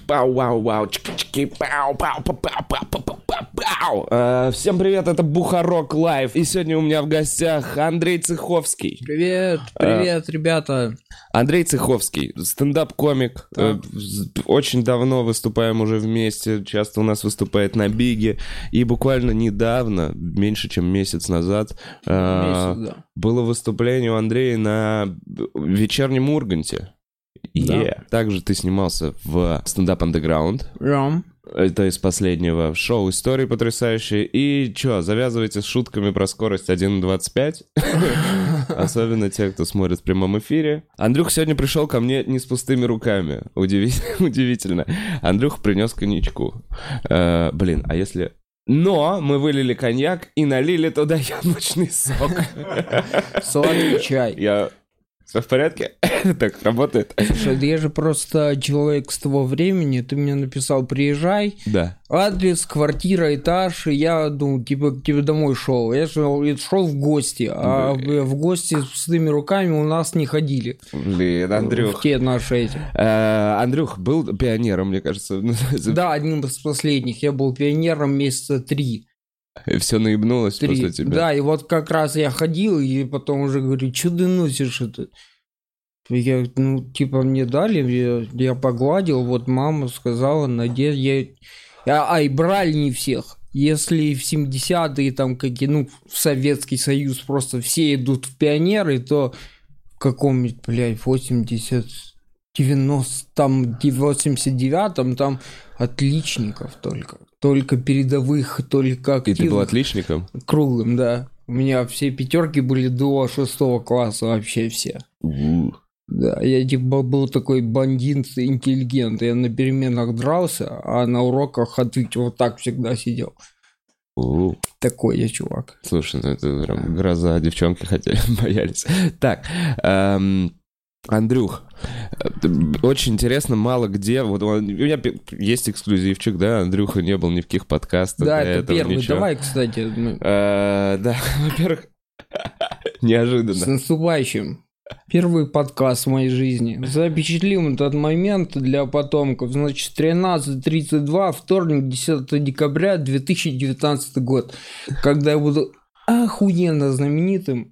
Пау-вау-вау, чики-чики, пау-пау-пау-пау-пау-пау-пау. Всем привет, это Бухарок Лайв. И сегодня у меня в гостях Андрей Цеховский. Привет, ребята. Андрей Цеховский, стендап-комик. Очень давно выступаем уже вместе. Часто у нас выступает на Биге. И буквально недавно, меньше чем месяц назад, было выступление у Андрея на вечернем Урганте. Да. Также ты снимался в Stand Up Underground. Это из последнего шоу. Истории потрясающие. И что, завязывайте с шутками про скорость 1.25. Особенно те, кто смотрит в прямом эфире. Андрюх сегодня пришел ко мне не с пустыми руками. Удивительно. Андрюх принес коньячку. Блин, а если... Но мы вылили коньяк и налили туда яблочный сок. Сладкий чай. Все в порядке? Так работает? Слушай, я же просто человек с того времени. Ты мне написал, приезжай. Да. Адрес, квартира, этаж. И я, к тебе домой шел. Я шел в гости. А в гости с пустыми руками у нас не ходили. Блин, Андрюх. В те наши эти. Андрюх был пионером, мне кажется. Да, одним из последних. Я был пионером месяца 3. И все наебнулось после тебя. Да, и вот как раз я ходил, и потом уже говорю, что ты носишь это? Я, мне дали, я погладил, вот мама сказала, надеть, и брали не всех. Если в 70-е, там, в Советский Союз просто все идут в пионеры, то в каком-нибудь, 89-м, там отличников только передовых, только активных. И ты был отличником? Круглым, да. У меня все пятерки были до 6 класса вообще все. Да, я был такой бандит-интеллигент. Я на переменах дрался, а на уроках вот так всегда сидел. Такой я чувак. Слушай, это прям гроза, девчонки хотели, боялись. Так, Андрюх, очень интересно, мало где, вот у меня есть эксклюзивчик, да, Андрюха не был ни в каких подкастах. Да, это первый, ничего. Давай, кстати. Да, во-первых, неожиданно. С наступающим. Первый подкаст в моей жизни. Запечатлим этот момент для потомков. Значит, 13:32, вторник, 10 декабря 2019 год, когда я буду охуенно знаменитым.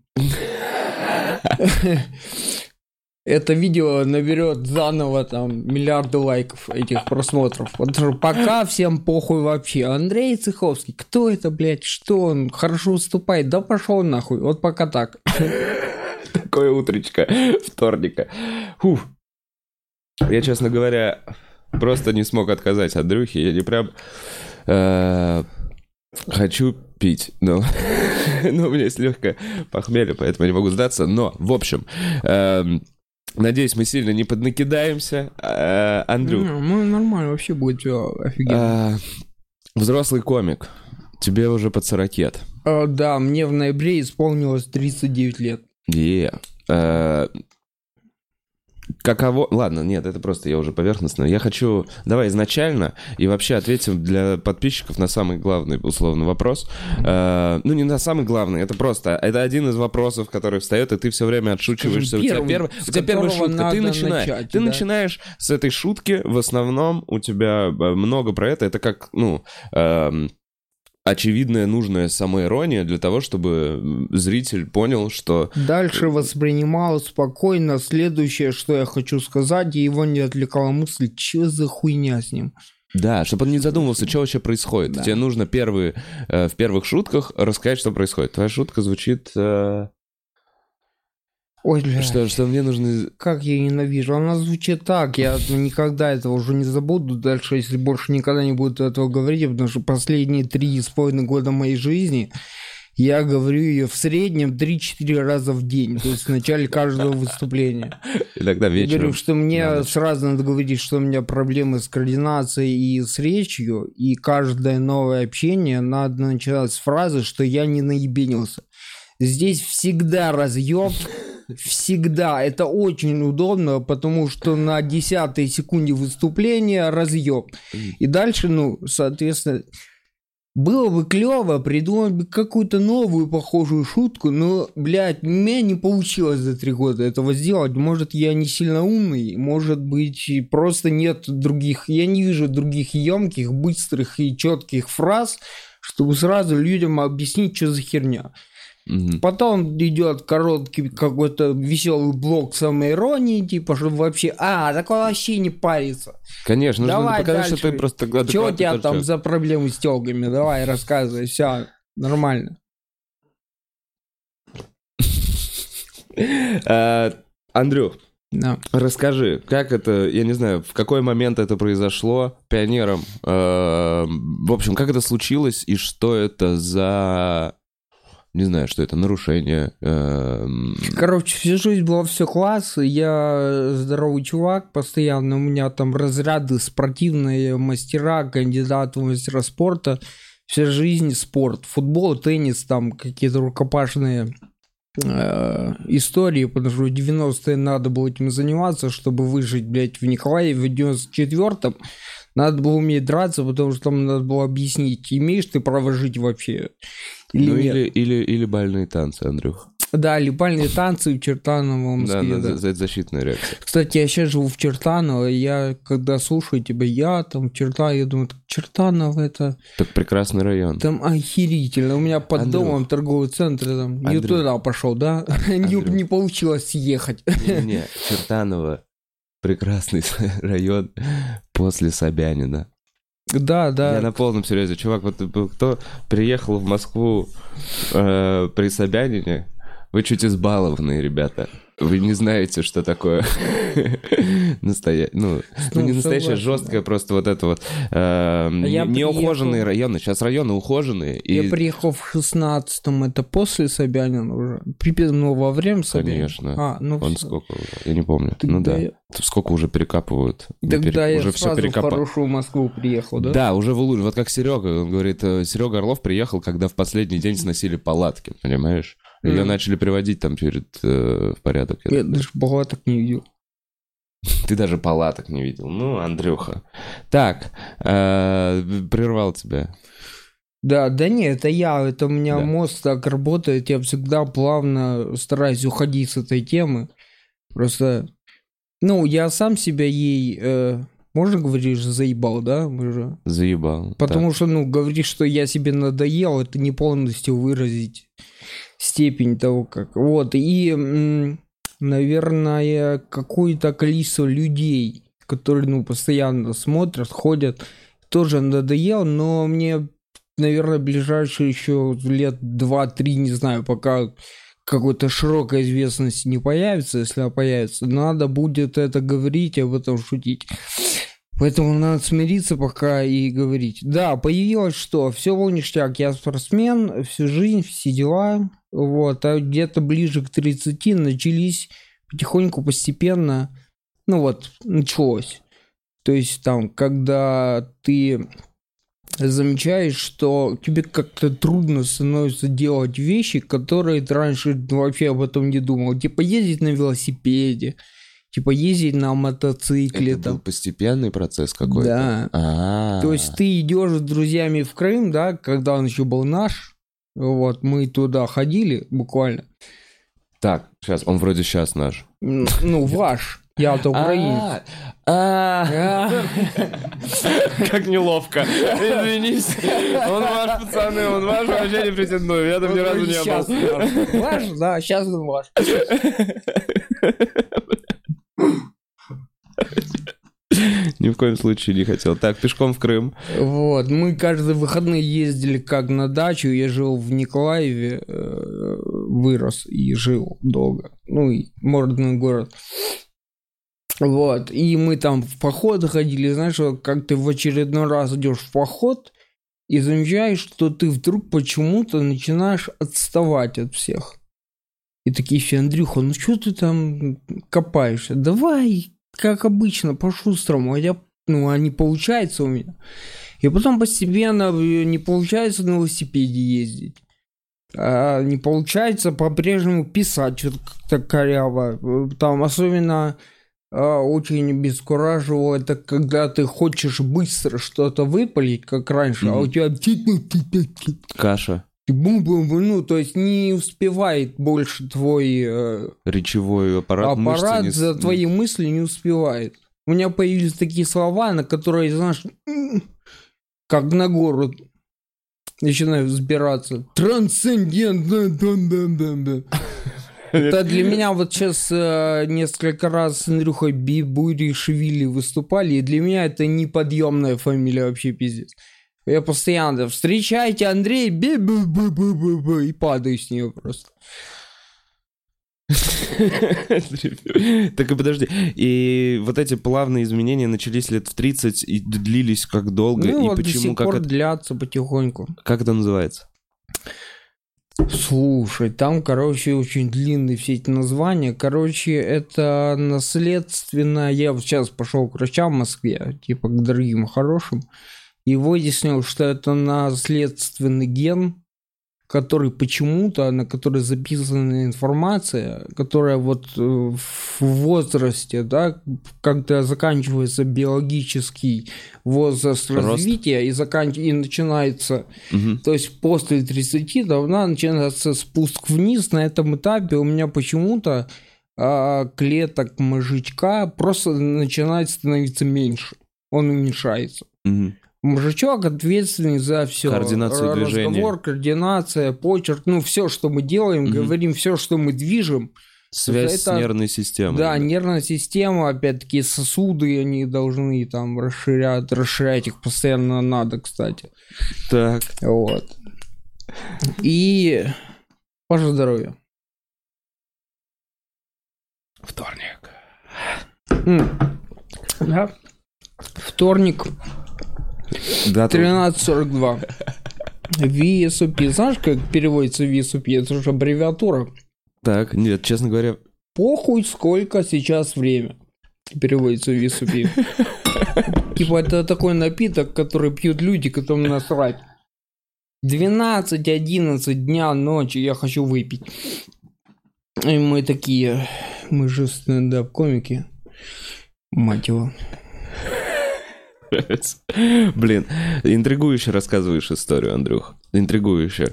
Это видео наберет заново миллиарды лайков, этих просмотров. Потому что пока всем похуй вообще. Андрей Цеховский, кто это, блядь, что он хорошо выступает? Да пошел нахуй, вот пока так. Такое утречко вторника. Фух. Я, честно говоря, просто не смог отказать Андрюхе. Я не прям хочу пить, но у меня есть легкое похмелье, поэтому я не могу сдаться. Но, в общем... Надеюсь, мы сильно не поднакидаемся. Андрюх. Нормально, вообще будет все офигенно. Взрослый комик. Тебе уже под 40 лет. Да, мне в ноябре исполнилось 39 лет. Каково... Ладно, нет, это просто я уже поверхностно. Я хочу... Давай изначально и вообще ответим для подписчиков на самый главный, условно, вопрос. Не на самый главный, это просто... Это один из вопросов, который встает, и ты все время отшучиваешься. У тебя первая шутка. Ты начинаешь с этой шутки, в основном у тебя много про это. Это как, очевидная, нужная самоирония для того, чтобы зритель понял, что... Дальше воспринимал спокойно следующее, что я хочу сказать, и его не отвлекала мысль, что за хуйня с ним. Да, чтобы он не задумывался, что вообще происходит. Да. Тебе нужно в первых шутках рассказать, что происходит. Твоя шутка звучит... Ой, блядь. Что мне нужно... Как я ненавижу. Она звучит так. Я никогда этого уже не забуду. Дальше, если больше никогда не буду этого говорить, потому что последние 3,5 года моей жизни я говорю ее в среднем 3-4 раза в день. То есть в начале каждого выступления. Иногда вечером. Я говорю, что мне сразу надо говорить, что у меня проблемы с координацией и с речью. И каждое новое общение надо начинать с фразы, что я не наебенился. Здесь всегда разъеб. Всегда. Это очень удобно, потому что на 10-й секунде выступления разъеб. И дальше, соответственно, Было бы клево придумать бы какую-то новую похожую шутку, но, блядь, у меня не получилось за 3 года этого сделать. Может, я не сильно умный, может быть, просто нет других, я не вижу других емких, быстрых и четких фраз, чтобы сразу людям объяснить, что за херня. Потом идет короткий какой-то веселый блок самоиронии, типа, чтобы вообще... такое вообще не париться. Конечно, давай нужно показать, дальше. что ты просто... Что у тебя там за проблемы с тёлками? Давай, рассказывай, все нормально. Андрюх, Да. расскажи, как это, я не знаю, в какой момент это произошло пионером? В общем, как это случилось и что это за... Не знаю, что это, нарушение. Короче, всю жизнь было все класс. Я здоровый чувак, постоянно у меня там разряды спортивные, мастера, кандидат в мастера спорта. Вся жизнь спорт. Футбол, теннис, там какие-то рукопашные истории, потому что в 90-е надо было этим заниматься, чтобы выжить, блядь, в Николаеве в 94-м. Надо было уметь драться, потому что там надо было объяснить, имеешь ты право жить вообще или нет. Или бальные танцы, Андрюх. Да, или бальные танцы в Чертаново, в Москве. Да, защитная реакция. Кстати, я сейчас живу в Чертаново, я когда слушаю тебя, я там в Чертаново, я думаю, Чертаново это... Так прекрасный район. Там охерительно. У меня под Андрюх. домом торговый центр, там, не туда пошел, да? Не получилось съехать. Не, Чертаново. Прекрасный район после Собянина. Да. Я на полном серьезе. Чувак, вот кто приехал в Москву при Собянине, вы чуть избалованные, ребята. Вы не знаете, что такое настоящее, не настоящее, жесткое, просто вот это вот неухоженные районы. Сейчас районы ухоженные. Я приехал в 16-м, это после Собянина уже? Во время Собянина? Конечно. Он сколько уже? Я не помню. Сколько уже перекапывают? Тогда я уже сразу в хорошую Москву приехал, да? Да, уже в Улуне. Вот как Серега, он говорит, Серега Орлов приехал, когда в последний день сносили палатки, понимаешь? Ее начали приводить там в порядок. Я даже палаток не видел. Ты даже палаток не видел. Ну, Андрюха. Так, прервал тебя. Да нет, это у меня мозг так работает. Я всегда плавно стараюсь уходить с этой темы. Просто, я сам себя ей... Можно говоришь, заебал, да? Заебал. Потому что, говоришь, что я себе надоел, это не полностью выразить степень того, как... Вот, и, наверное, какое-то количество людей, которые, постоянно смотрят, ходят, тоже надоел, но мне, наверное, ближайшие еще лет 2-3, не знаю, пока какой-то широкой известности не появится, если она появится, надо будет это говорить, об этом шутить. Поэтому надо смириться пока и говорить. Да, появилось что? Все ништяк, я спортсмен, всю жизнь, все дела. Вот, а где-то ближе к 30 начались потихоньку, постепенно, началось. То есть там, когда ты замечаешь, что тебе как-то трудно становится делать вещи, которые ты раньше вообще об этом не думал. Типа ездить на велосипеде, типа ездить на мотоцикле. Это был постепенный процесс какой-то? Да. А-а-а. То есть ты идешь с друзьями в Крым, да, когда он еще был наш. Вот, мы туда ходили буквально. Так, сейчас, он вроде сейчас наш. Ваш. Я-то украинец. Как неловко. Извинись. Он ваш, пацаны, он ваш, вообще не претендую. Я там ни разу не был. Ваш, да, сейчас он ваш. Ни в коем случае не хотел. Так, пешком в Крым. Вот, мы каждые выходные ездили как на дачу. Я жил в Николаеве, вырос и жил долго. И мордный город. Вот, и мы там в походы ходили. Знаешь, как ты в очередной раз идешь в поход и замечаешь, что ты вдруг почему-то начинаешь отставать от всех. И такие все: Андрюха, что ты там копаешься? Давай, как обычно, по-шустрому. А не получается у меня. И потом постепенно не получается на велосипеде ездить. А не получается по-прежнему писать что-то как-то коряво. Там особенно очень обескураживало, это когда ты хочешь быстро что-то выпалить, как раньше, а у тебя... Каша. Ну, то есть не успевает больше твой... речевой аппарат за твои мысли не успевает. У меня появились такие слова, на которые, знаешь, как на гору начинаю взбираться. Трансцендентно. Это для меня вот сейчас несколько раз с Андрюхой Буришвили выступали, и для меня это неподъемная фамилия вообще, пиздец. Я постоянно встречайте Андрей, и падаю с нее просто. Так и подожди. И вот эти плавные изменения начались лет в 30 и длились как долго? Ну и вот почему, до сих пор длятся потихоньку. Как это называется? Слушай, там, короче, очень длинные все эти названия. Короче, это наследственно... Я вот сейчас пошел к врачам в Москве, типа к дорогим, хорошим, и выяснил, что это наследственный ген, который почему-то, на который записана информация, которая вот в возрасте, да, когда заканчивается биологический возраст развития и начинается, то есть после 30 давно начинается спуск вниз. На этом этапе у меня почему-то клеток мозжечка просто начинает становиться меньше, он уменьшается. Мужичок ответственный за все. Координацию движения. Разговор, координация, почерк, ну, все, что мы делаем, говорим, все, что мы движем. Связь с нервной системой. Да, нервная система, опять-таки, сосуды, они должны там расширять их постоянно надо, кстати. Так. Вот. И ваше здоровье. Вторник. Да. Вторник. 13:42. VSOP. Знаешь, как переводится VSOP? Это же аббревиатура. Так, нет, честно говоря... Похуй, сколько сейчас время. Переводится VSOP. Типа это такой напиток, который пьют люди, которым насрать. 12-11 дня ночи я хочу выпить. И мы такие... Мы же стендап-комики. Мать его. Блин, интригующе рассказываешь историю, Андрюх. Интригующе.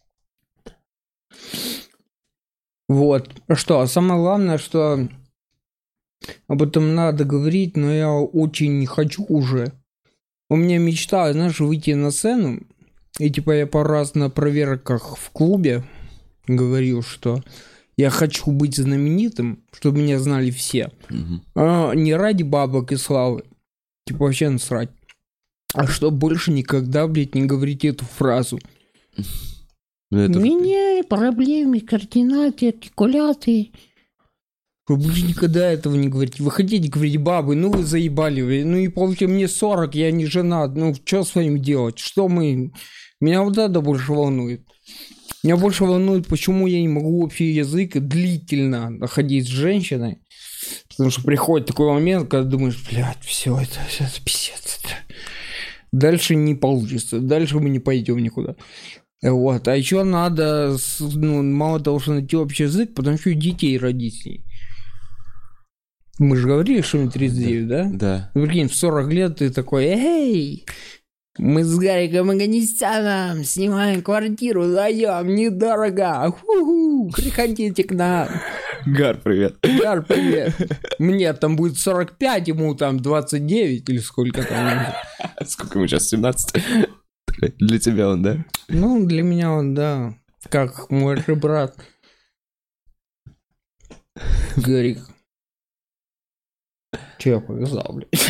Вот. Что, самое главное, что об этом надо говорить, но я очень не хочу уже. У меня мечта, знаешь, выйти на сцену, и типа я пару раз на проверках в клубе говорил, что я хочу быть знаменитым, чтобы меня знали все. Не ради бабок и славы. Типа вообще насрать. А что больше никогда, блядь, не говорите эту фразу. У меня проблемы координации, артикуляции. Вы больше никогда этого не говорите. Вы хотите говорить бабы, ну вы заебали. Ну и получается мне 40, я не женат. Ну что с вами делать? Что мы... Меня вот это больше волнует. Меня больше волнует, почему я не могу общий язык длительно находить с женщиной. Потому что приходит такой момент, когда думаешь, блядь, все это пиздец. Дальше не получится, дальше мы не пойдем никуда. Вот, а еще надо, ну, мало того, что найти общий язык, потом еще и детей родить с ней. Мы же говорили, что мне 39, да? Да. Ну, прикинь, в 40 лет ты такой, эй, мы с Гариком Аганесяном снимаем квартиру, даем недорого, ху-ху, приходите к нам. Гар, привет. Гар, привет. Мне там будет 45, ему там 29 или сколько там. Сколько ему сейчас, 17? Для тебя он, да? Ну, для меня он, да. Как мой же брат. Гарик. Че я повязал, блядь?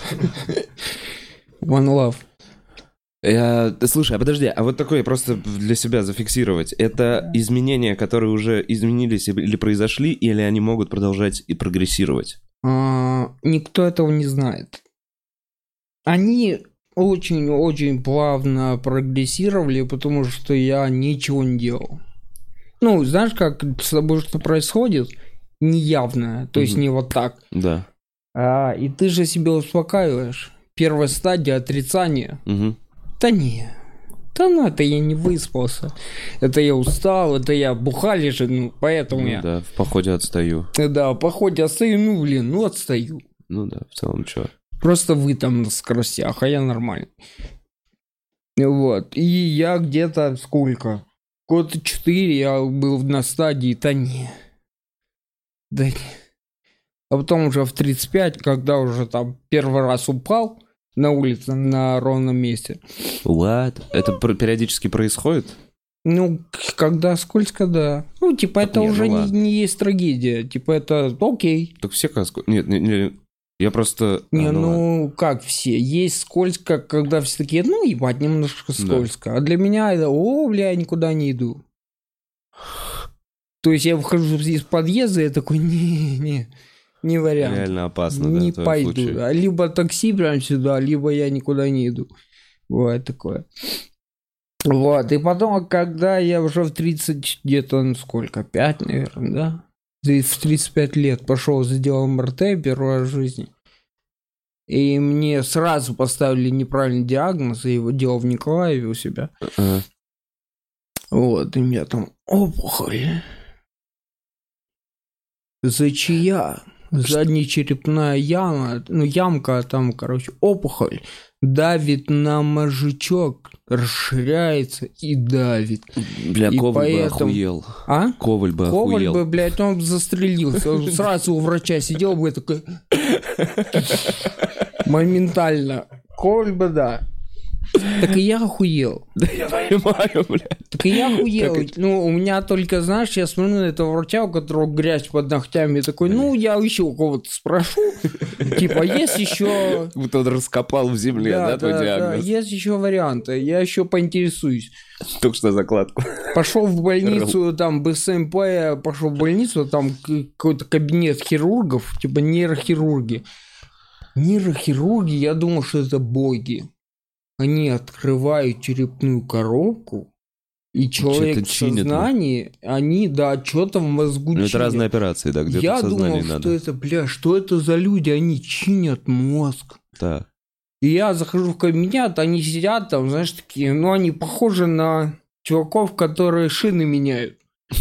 One love. Слушай, а подожди, а вот такое просто для себя зафиксировать. Это изменения, которые уже изменились или произошли, или они могут продолжать и прогрессировать? Никто этого не знает. Они очень-очень плавно прогрессировали, потому что я ничего не делал. Ну, знаешь, как с тобой что происходит? Неявное, то есть не вот так. Да. И ты же себя успокаиваешь. Первая стадия отрицания. Да не. Да ну, это я не выспался. Это я устал, это я бухали же, ну, поэтому Ну я... да, в походе отстаю. Да, в походе отстаю, ну, блин, ну, отстаю. Ну да, в целом, чё. Просто вы там на скоростях, а я нормальный. Вот, и я где-то сколько? Года 4 я был на стадии, да не. А потом уже в 35, когда уже там первый раз упал на улице на ровном месте. What? Это периодически происходит? Ну, когда скользко, да. Ну, типа, Так это не, уже ну ладно. не есть трагедия. Типа, это окей. Так все как Нет, я просто... Не, ладно. ну, как все. Есть скользко, когда все такие, ну, ебать, немножко скользко. А для меня это, бля, я никуда не иду. То есть я выхожу из подъезда, и я такой, не вариант. Реально опасно, Не да, в твоем пойду. случае. Либо такси прям сюда, либо я никуда не иду. Бывает такое. Вот, и потом, когда я уже в 30, где-то, ну сколько, 5, наверное, да? В 35 лет пошел, сделал МРТ первый раз в жизни. И мне сразу поставили неправильный диагноз, я его делал в Николаеве у себя. Вот, и у меня там опухоль. Зачия. Заднечерепная яма, ну ямка, там, короче, опухоль. Давит на мозжечок, расширяется и давит. Бля, И Коваль бы поэтому- охуел. А? Коваль бы Коваль охуел. бы, блядь, он застрелился. Он сразу у врача сидел бы такой... Моментально. Коваль бы, да. Так и я охуел. Да я понимаю, бля. Так и я охуел. Ну, у меня только, знаешь, я смотрю на этого врача, у которого грязь под ногтями, и такой, ну, я еще у кого-то спрошу. Типа, есть еще... Будто он раскопал в земле, да, твой диагноз? есть еще варианты. Я еще поинтересуюсь. Только что закладку. Пошел в больницу, там, БСМП, пошел в больницу, там какой-то кабинет хирургов, типа нейрохирурги. Нейрохирурги, я думал, что это боги. Они открывают черепную коробку, и человек Что-то в чинят, сознании, они, да, что-то в мозгу Ну, это чинят. разные операции, да, где-то Я в сознании думал, надо. что это, бля, что это за люди, они чинят мозг. Да. И я захожу в кабинет, они сидят там, знаешь, такие, ну, они похожи на чуваков, которые шины меняют.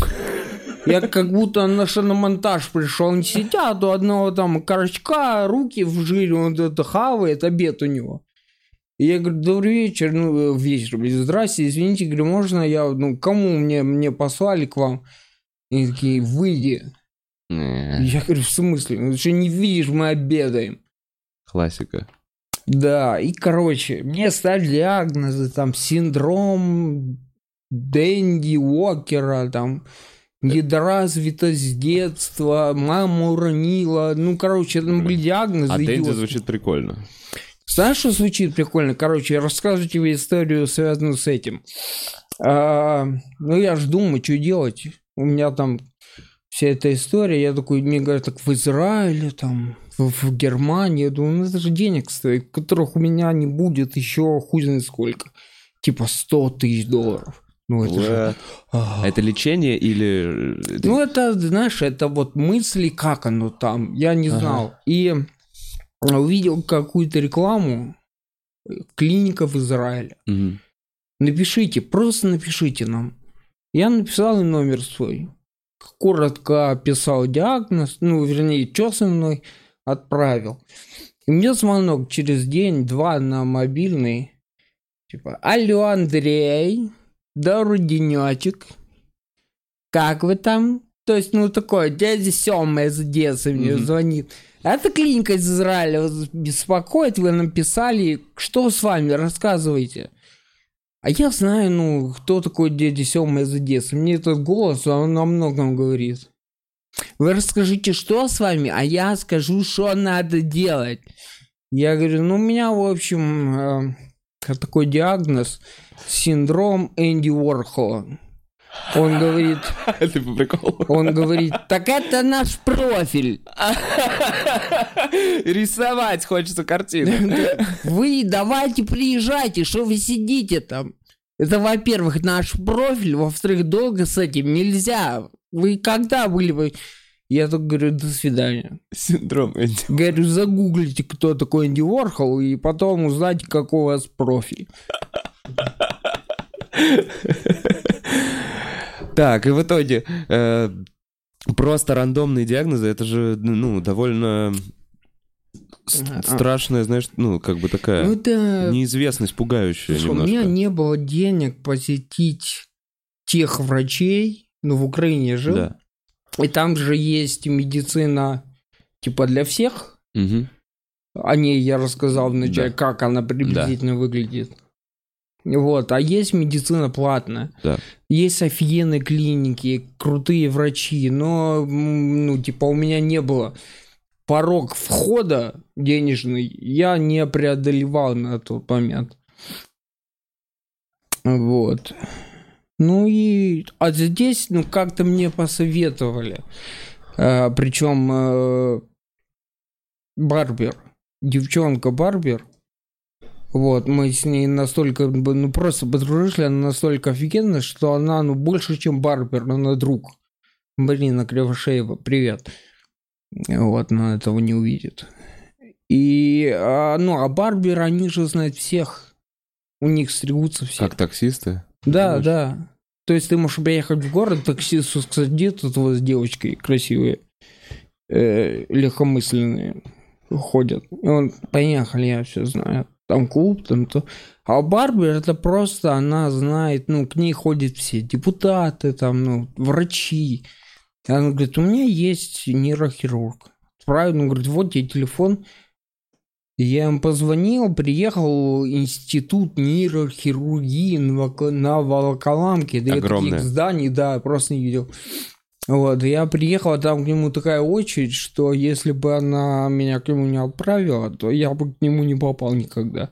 Я как будто на шиномонтаж пришел, они сидят, у одного там корочка, руки в жире, он это хавает, обед у него. И я говорю, добрый вечер, ну, вечер, блин, здрасте, извините, говорю, можно я, ну, кому мне послали к вам? И они такие, выйди. Я говорю, в смысле? Ну, ты что, не видишь, мы обедаем. Классика. Да, и, короче, мне ставили диагнозы, там, синдром Дэнди Уокера, там, недоразвитость с детства, мама уронила, ну, короче, там были диагнозы. А Дэнди идиотские. звучит прикольно. Знаешь, что звучит прикольно? Короче, я расскажу тебе историю, связанную с этим. Ну, я же думаю, что делать. У меня там вся эта история. Я такой, мне говорят, так в Израиле, там, в Германии. Я думаю, ну, это же денег стоит, которых у меня не будет еще хуй знает сколько. Типа $100 000. Ну, это же... А это лечение или... Ну, это, знаешь, это вот мысли, как оно там. Я не знал. И увидел какую-то рекламу клиника в Израиле. Мгм. Напишите, просто напишите нам. Я написал им номер свой. Коротко описал диагноз, ну, вернее, что со мной, отправил. И мне звонок через день-два на мобильный. Типа, алло, Андрей, добрый денечек. Как вы там? То есть, ну, такое, дядя Сёма из Одессы мне звонит. Это клиника из Израиля вас беспокоит, вы нам писали, что с вами, рассказывайте. А я знаю, ну, кто такой дядя Сёма из Одессы. Мне этот голос, он о многом говорит. Вы расскажите, что с вами, а я скажу, что надо делать. Я говорю, ну, у меня, в общем, такой диагноз, синдром Энди Уорхола. Он говорит... Ты по приколу. Он говорит, так это наш профиль. Рисовать хочется картину. Вы давайте приезжайте, что вы сидите там. Это, во-первых, наш профиль, во-вторых, долго с этим нельзя. Вы когда были бы... Я только говорю, до свидания. Синдром Энди. Говорю, загуглите, кто такой Энди Уорхол, и потом узнайте, какой у вас профиль. Так, и в итоге просто рандомные диагнозы, это же, ну, довольно страшная, знаешь, ну, как бы такая неизвестность, пугающая немножко. У меня не было денег посетить тех врачей, ну, в Украине жил, Да. и там же есть медицина, типа, для всех. Угу. О ней я рассказал вначале, как она приблизительно выглядит. Вот, а есть медицина платная. Да. Есть офигенные клиники, крутые врачи, но, ну, типа, у меня не было порог входа денежный, я не преодолевал на тот момент. Вот. Ну и... А здесь, ну, как-то мне посоветовали. Причем барбер. Девчонка барбер. Вот, мы с ней настолько, ну, просто подружились, она настолько офигенная, что она, ну, больше, чем барбер, она друг. Марина Кривошеева, привет. Вот, она этого не увидит. И, а барберы, они же знают всех. У них стригутся все. Как таксисты? Да, да. То есть ты можешь приехать в город, таксисту сказать, где тут у вас девочки красивые, легкомысленные ходят. И он, поехали, я все знаю. Там клуб, там то. А барбер это просто, она знает, ну, к ней ходят все депутаты, там, ну, врачи. И она говорит, у меня есть нейрохирург. Правильно, он говорит, вот тебе телефон. Я им позвонил, приехал в институт нейрохирургии на Волоколамке. Да, я таких зданий, да, просто не видел. Вот, я приехал, а там к нему такая очередь, что если бы она меня к нему не отправила, то я бы к нему не попал никогда.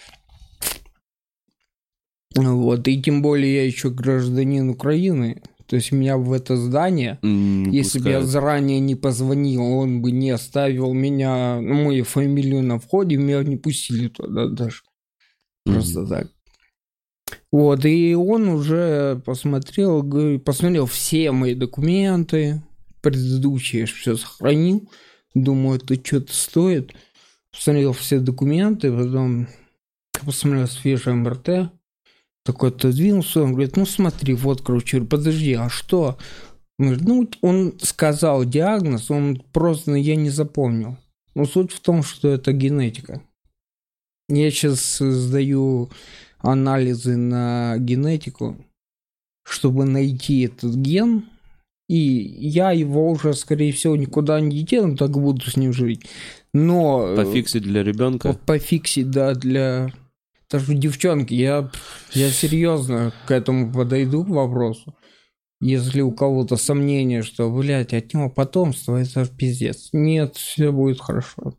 Вот, и тем более я еще гражданин Украины. То есть меня в это здание, если бы я заранее не позвонил, он бы не оставил меня, ну, мою фамилию на входе, меня не пустили туда даже. Просто так. Вот, и он уже посмотрел все мои документы, предыдущие все сохранил. Думаю, это что-то стоит. Посмотрел все документы, потом посмотрел свежий МРТ. Такой отодвинулся, он говорит, ну смотри, вот, короче, подожди, а что? Он говорит, ну, он сказал диагноз, он просто, я не запомнил. Но суть в том, что это генетика. Я сейчас сдаю анализы на генетику, чтобы найти этот ген, и я его уже, скорее всего, никуда не дену, так буду с ним жить. Но... Пофиксить для ребенка? Пофиксить, да, для... Даже девчонки, я серьезно к этому подойду к вопросу. Если у кого-то сомнение, что, блядь, от него потомство, это пиздец. Нет, все будет хорошо.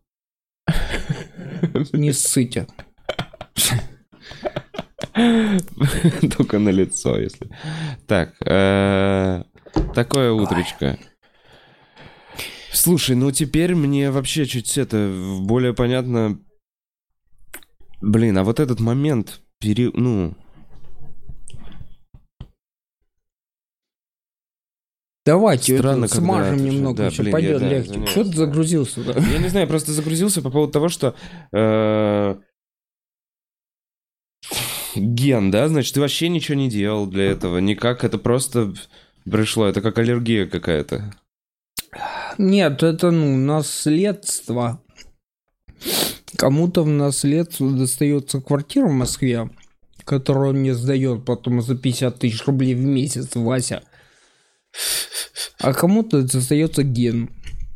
Не ссыте. Только на лицо, если... Так, такое утречко. Слушай, ну теперь мне вообще чуть это более понятно... Блин, а вот этот момент, Давайте странно, смажем немного, да, все пойдет легче. Что ты загрузился? Да? Я не знаю, я просто загрузился по поводу того, что ген, да, значит, ты вообще ничего не делал для этого, никак, это просто пришло, это как аллергия какая-то. Нет, это, наследство. Кому-то в наследство достается квартира в Москве, которую он мне сдает потом за 50 тысяч рублей в месяц, Вася. А кому-то достается ген.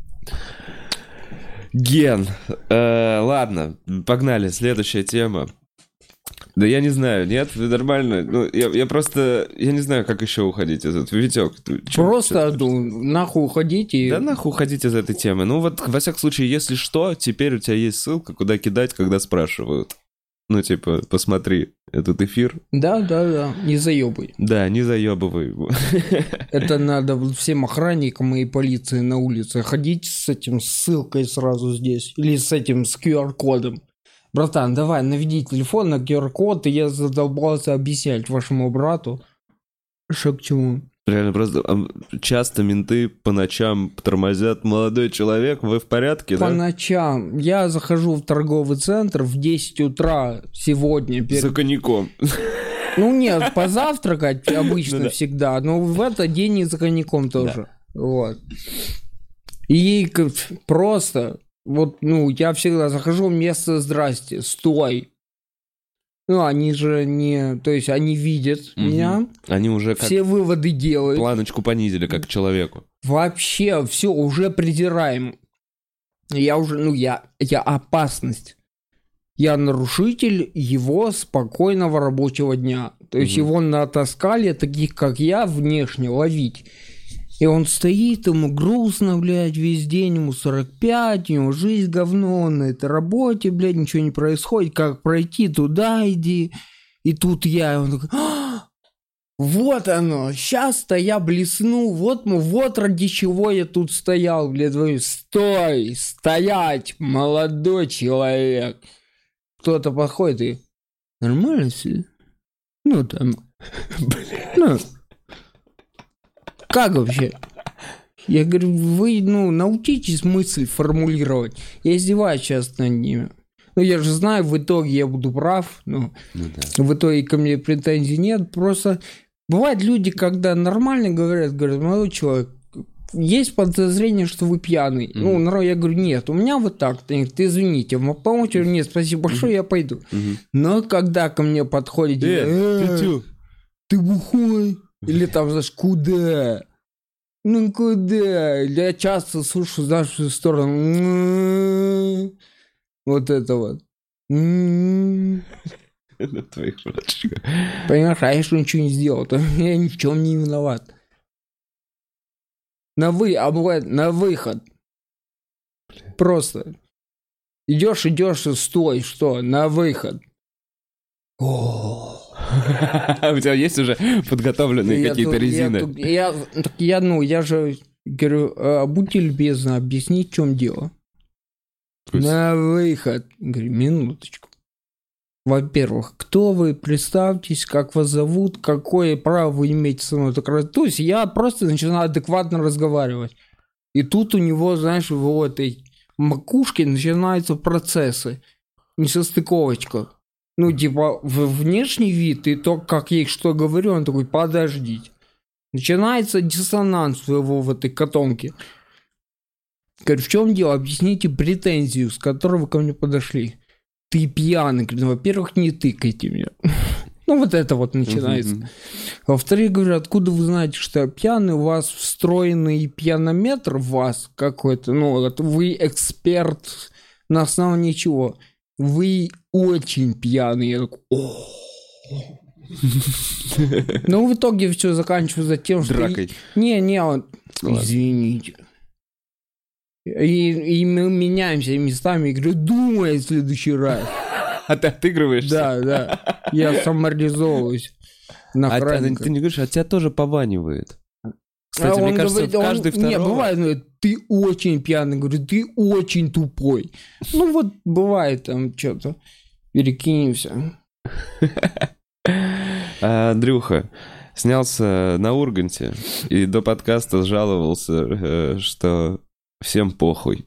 Ген. Ладно, погнали, следующая тема. Да я не знаю, нет, нормально. Ну, я просто, я не знаю, как еще уходить из этого. Витек, просто нахуй уходите. Да нахуй уходить из этой темы. Ну вот, во всяком случае, если что, теперь у тебя есть ссылка, куда кидать, когда спрашивают. Ну, типа, посмотри этот эфир. Да, не заебывай. Да, не заебывай. Это надо всем охранникам и полиции на улице ходить с этим ссылкой сразу здесь. Или с этим, с QR-кодом. Братан, давай, наведи телефон на QR-код, и я задолбался объяснять вашему брату, что к чему. Реально, просто часто менты по ночам тормозят. Молодой человек, вы в порядке, да? По да? ночам. Я захожу в торговый центр в 10 утра сегодня. За коньяком. Ну нет, позавтракать обычно всегда, но в этот день и за коньяком тоже. Вот. И просто, вот, ну, я всегда захожу в место «Здрасте», «Стой». Ну, они же не... То есть они видят меня. Они уже как все выводы делают. Планочку понизили, как человеку. Вообще, все, уже придираем. Я уже, ну, я опасность. Я нарушитель его спокойного рабочего дня. То есть его натаскали, таких как я, внешне ловить. И он стоит, ему грустно, блядь, весь день, ему 45, у него жизнь говно, он на этой работе, блядь, ничего не происходит, как пройти, туда иди. И тут я, и он такой, вот оно, сейчас-то я блесну, вот ради чего я тут стоял, блядь, стой, стоять, молодой человек. Кто-то подходит и, нормально все? Ну там, ну... Как вообще? Я говорю, вы, научитесь мысль формулировать. Я издеваюсь сейчас над ними. Ну, я же знаю, в итоге я буду прав. В итоге ко мне претензий нет. Просто бывают люди, когда нормально говорят, молодой человек, есть подозрение, что вы пьяный. Я говорю, нет, у меня вот так. Ты извините, помочь? Нет, спасибо большое, я пойду. Но когда ко мне подходит, ты бухой. Или там, знаешь, куда? Ну куда? Я часто слушаю, знаешь, в сторону. Вот это вот. На твоих фоточках. Понимаешь, а я что ничего не сделал, то я ни в чем не виноват. А бывает на выход. Просто. Идешь, стой, что? На выход. У тебя есть уже подготовленные какие-то резины? Я же говорю, будьте любезны, объяснить, в чем дело. На выход. Говорю, минуточку. Во-первых, кто вы, представьтесь, как вас зовут, какое право вы имеете со мной. То есть я просто начинаю адекватно разговаривать. И тут у него, знаешь, в этой макушке начинаются процессы. Несостыковочка. Внешний вид, и то, как я что говорю, он такой, подождите. Начинается диссонанс его в этой котомке. Говорю, в чем дело? Объясните претензию, с которой вы ко мне подошли. Ты пьяный. Говорю, во-первых, не тыкайте меня. Вот это вот начинается. Во-вторых, говорю, откуда вы знаете, что я пьяный? У вас встроенный пьянометр в вас какой-то. Вы эксперт на основании чего? Вы очень пьяный. Я такой, в итоге все заканчивается тем, что... Дракой. Извините. И мы меняемся местами. И говорю, думай в следующий раз. А ты отыгрываешься? Да. Я самореализовываюсь. Ты не говоришь, тебя тоже пованивает. Кстати, мне кажется, каждый второй... Не, бывает, ты очень пьяный, говорю, ты очень тупой. Бывает там что-то. Перекинемся. Андрюха снялся на Урганте и до подкаста жаловался, что всем похуй.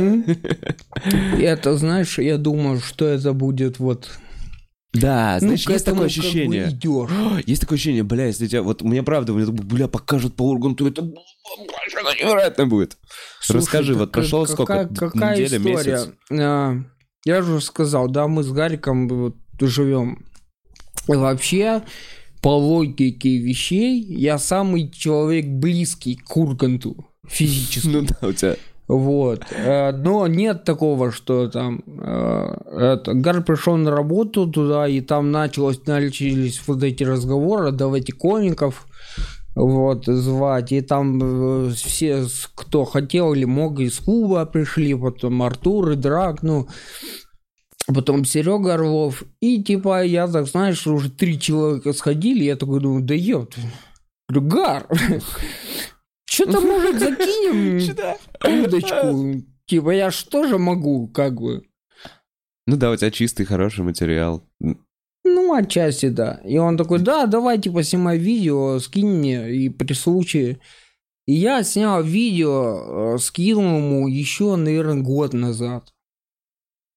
Это, знаешь, я думаю, что это будет Да, знаешь, есть такое ощущение. Есть такое ощущение, если тебя... Мне правда, покажут по Урганту, это невероятно будет. Слушай, расскажи, прошло сколько? Какая неделя, история? месяц? Я же сказал, да, мы с Гариком живем. Вообще, по логике вещей, я самый человек близкий к Урганту физически. Да, у тебя... Но нет такого, что там Гар пришел на работу туда, и там начались эти разговоры, давайте комиков звать, и там все, кто хотел или мог, из клуба пришли, потом Артур и Драк, потом Серега Орлов, и я так, знаешь, уже 3 человека сходили, я такой думаю, да ёпт, Гар, что-то, может, закинем удочку? Я ж тоже могу, как бы. У тебя чистый, хороший материал. Отчасти, да. И он такой, да, давай, снимай видео, скинь мне, и при случае. И я снял видео, скинул ему еще, наверное, год назад.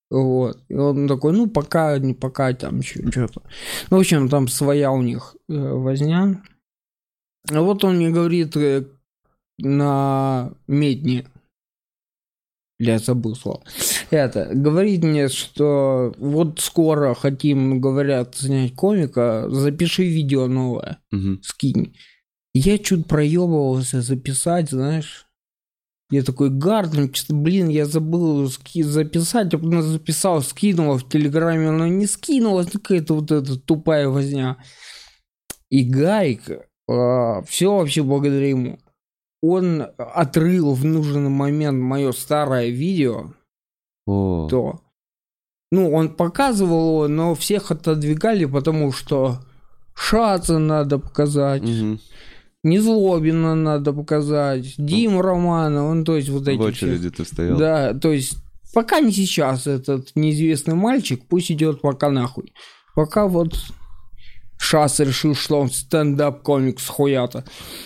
Вот. И он такой, ну, пока, не пока, там что-то. Ну, в общем, там своя у них возня. А вот он мне говорит на медне, я забыл слово, говорит мне, что вот скоро хотим, говорят, снять комика, запиши видео новое, скинь. Я чуть проебывался записать, знаешь. Я такой, Гарден, блин, я забыл записать, а потом записал, скинул в Телеграме, но не скинулась, какая-то вот эта тупая возня. И Гарик, все вообще благодаря ему, он отрыл в нужный момент мое старое видео, то, ну, он показывал его, но всех отодвигали, потому что Шаца надо показать, Незлобина надо показать, Диму Романа, он, то есть, вот эти. В очереди ты стоял. Да, то есть, пока не сейчас этот неизвестный мальчик, пусть идет пока нахуй. Пока вот Шас решил, что он стендап-комик с хуята.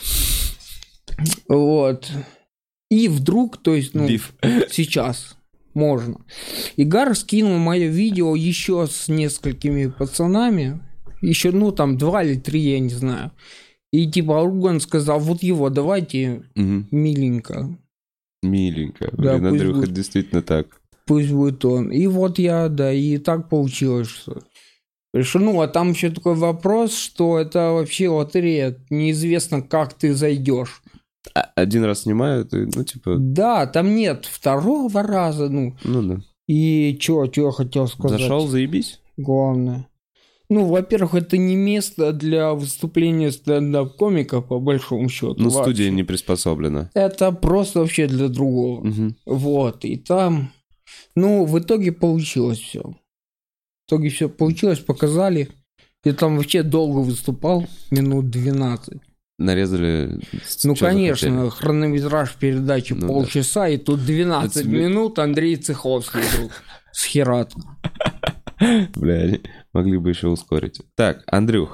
Вот. И вдруг, то есть, ну, сейчас можно. Игар скинул мое видео еще с несколькими пацанами. Еще, ну, там, 2 или 3, я не знаю. И типа Руган сказал, вот его давайте миленько. Миленько. Да, блин, Андрюха, будет, действительно так. Пусть будет он. И вот я, да, и так получилось, что... Ну, а там еще такой вопрос, что это вообще лотерея. Неизвестно, как ты зайдешь. Один раз снимают, и, ну, типа... Да, там нет второго раза, ну. Ну, да. И что я хотел сказать? Зашел, заебись? Главное. Ну, во-первых, это не место для выступления стендап-комика, по большому счету. Ну, студия не приспособлена. Это просто вообще для другого. Вот, и там... Ну, в итоге получилось все. В итоге все получилось, показали. Я там вообще долго выступал, минут 12. Нарезали... Ну, конечно, хронометраж передачи полчаса, да. И тут 12 минут Андрей Цеховский вдруг с херата. Бля, могли бы еще ускорить. Так, Андрюх,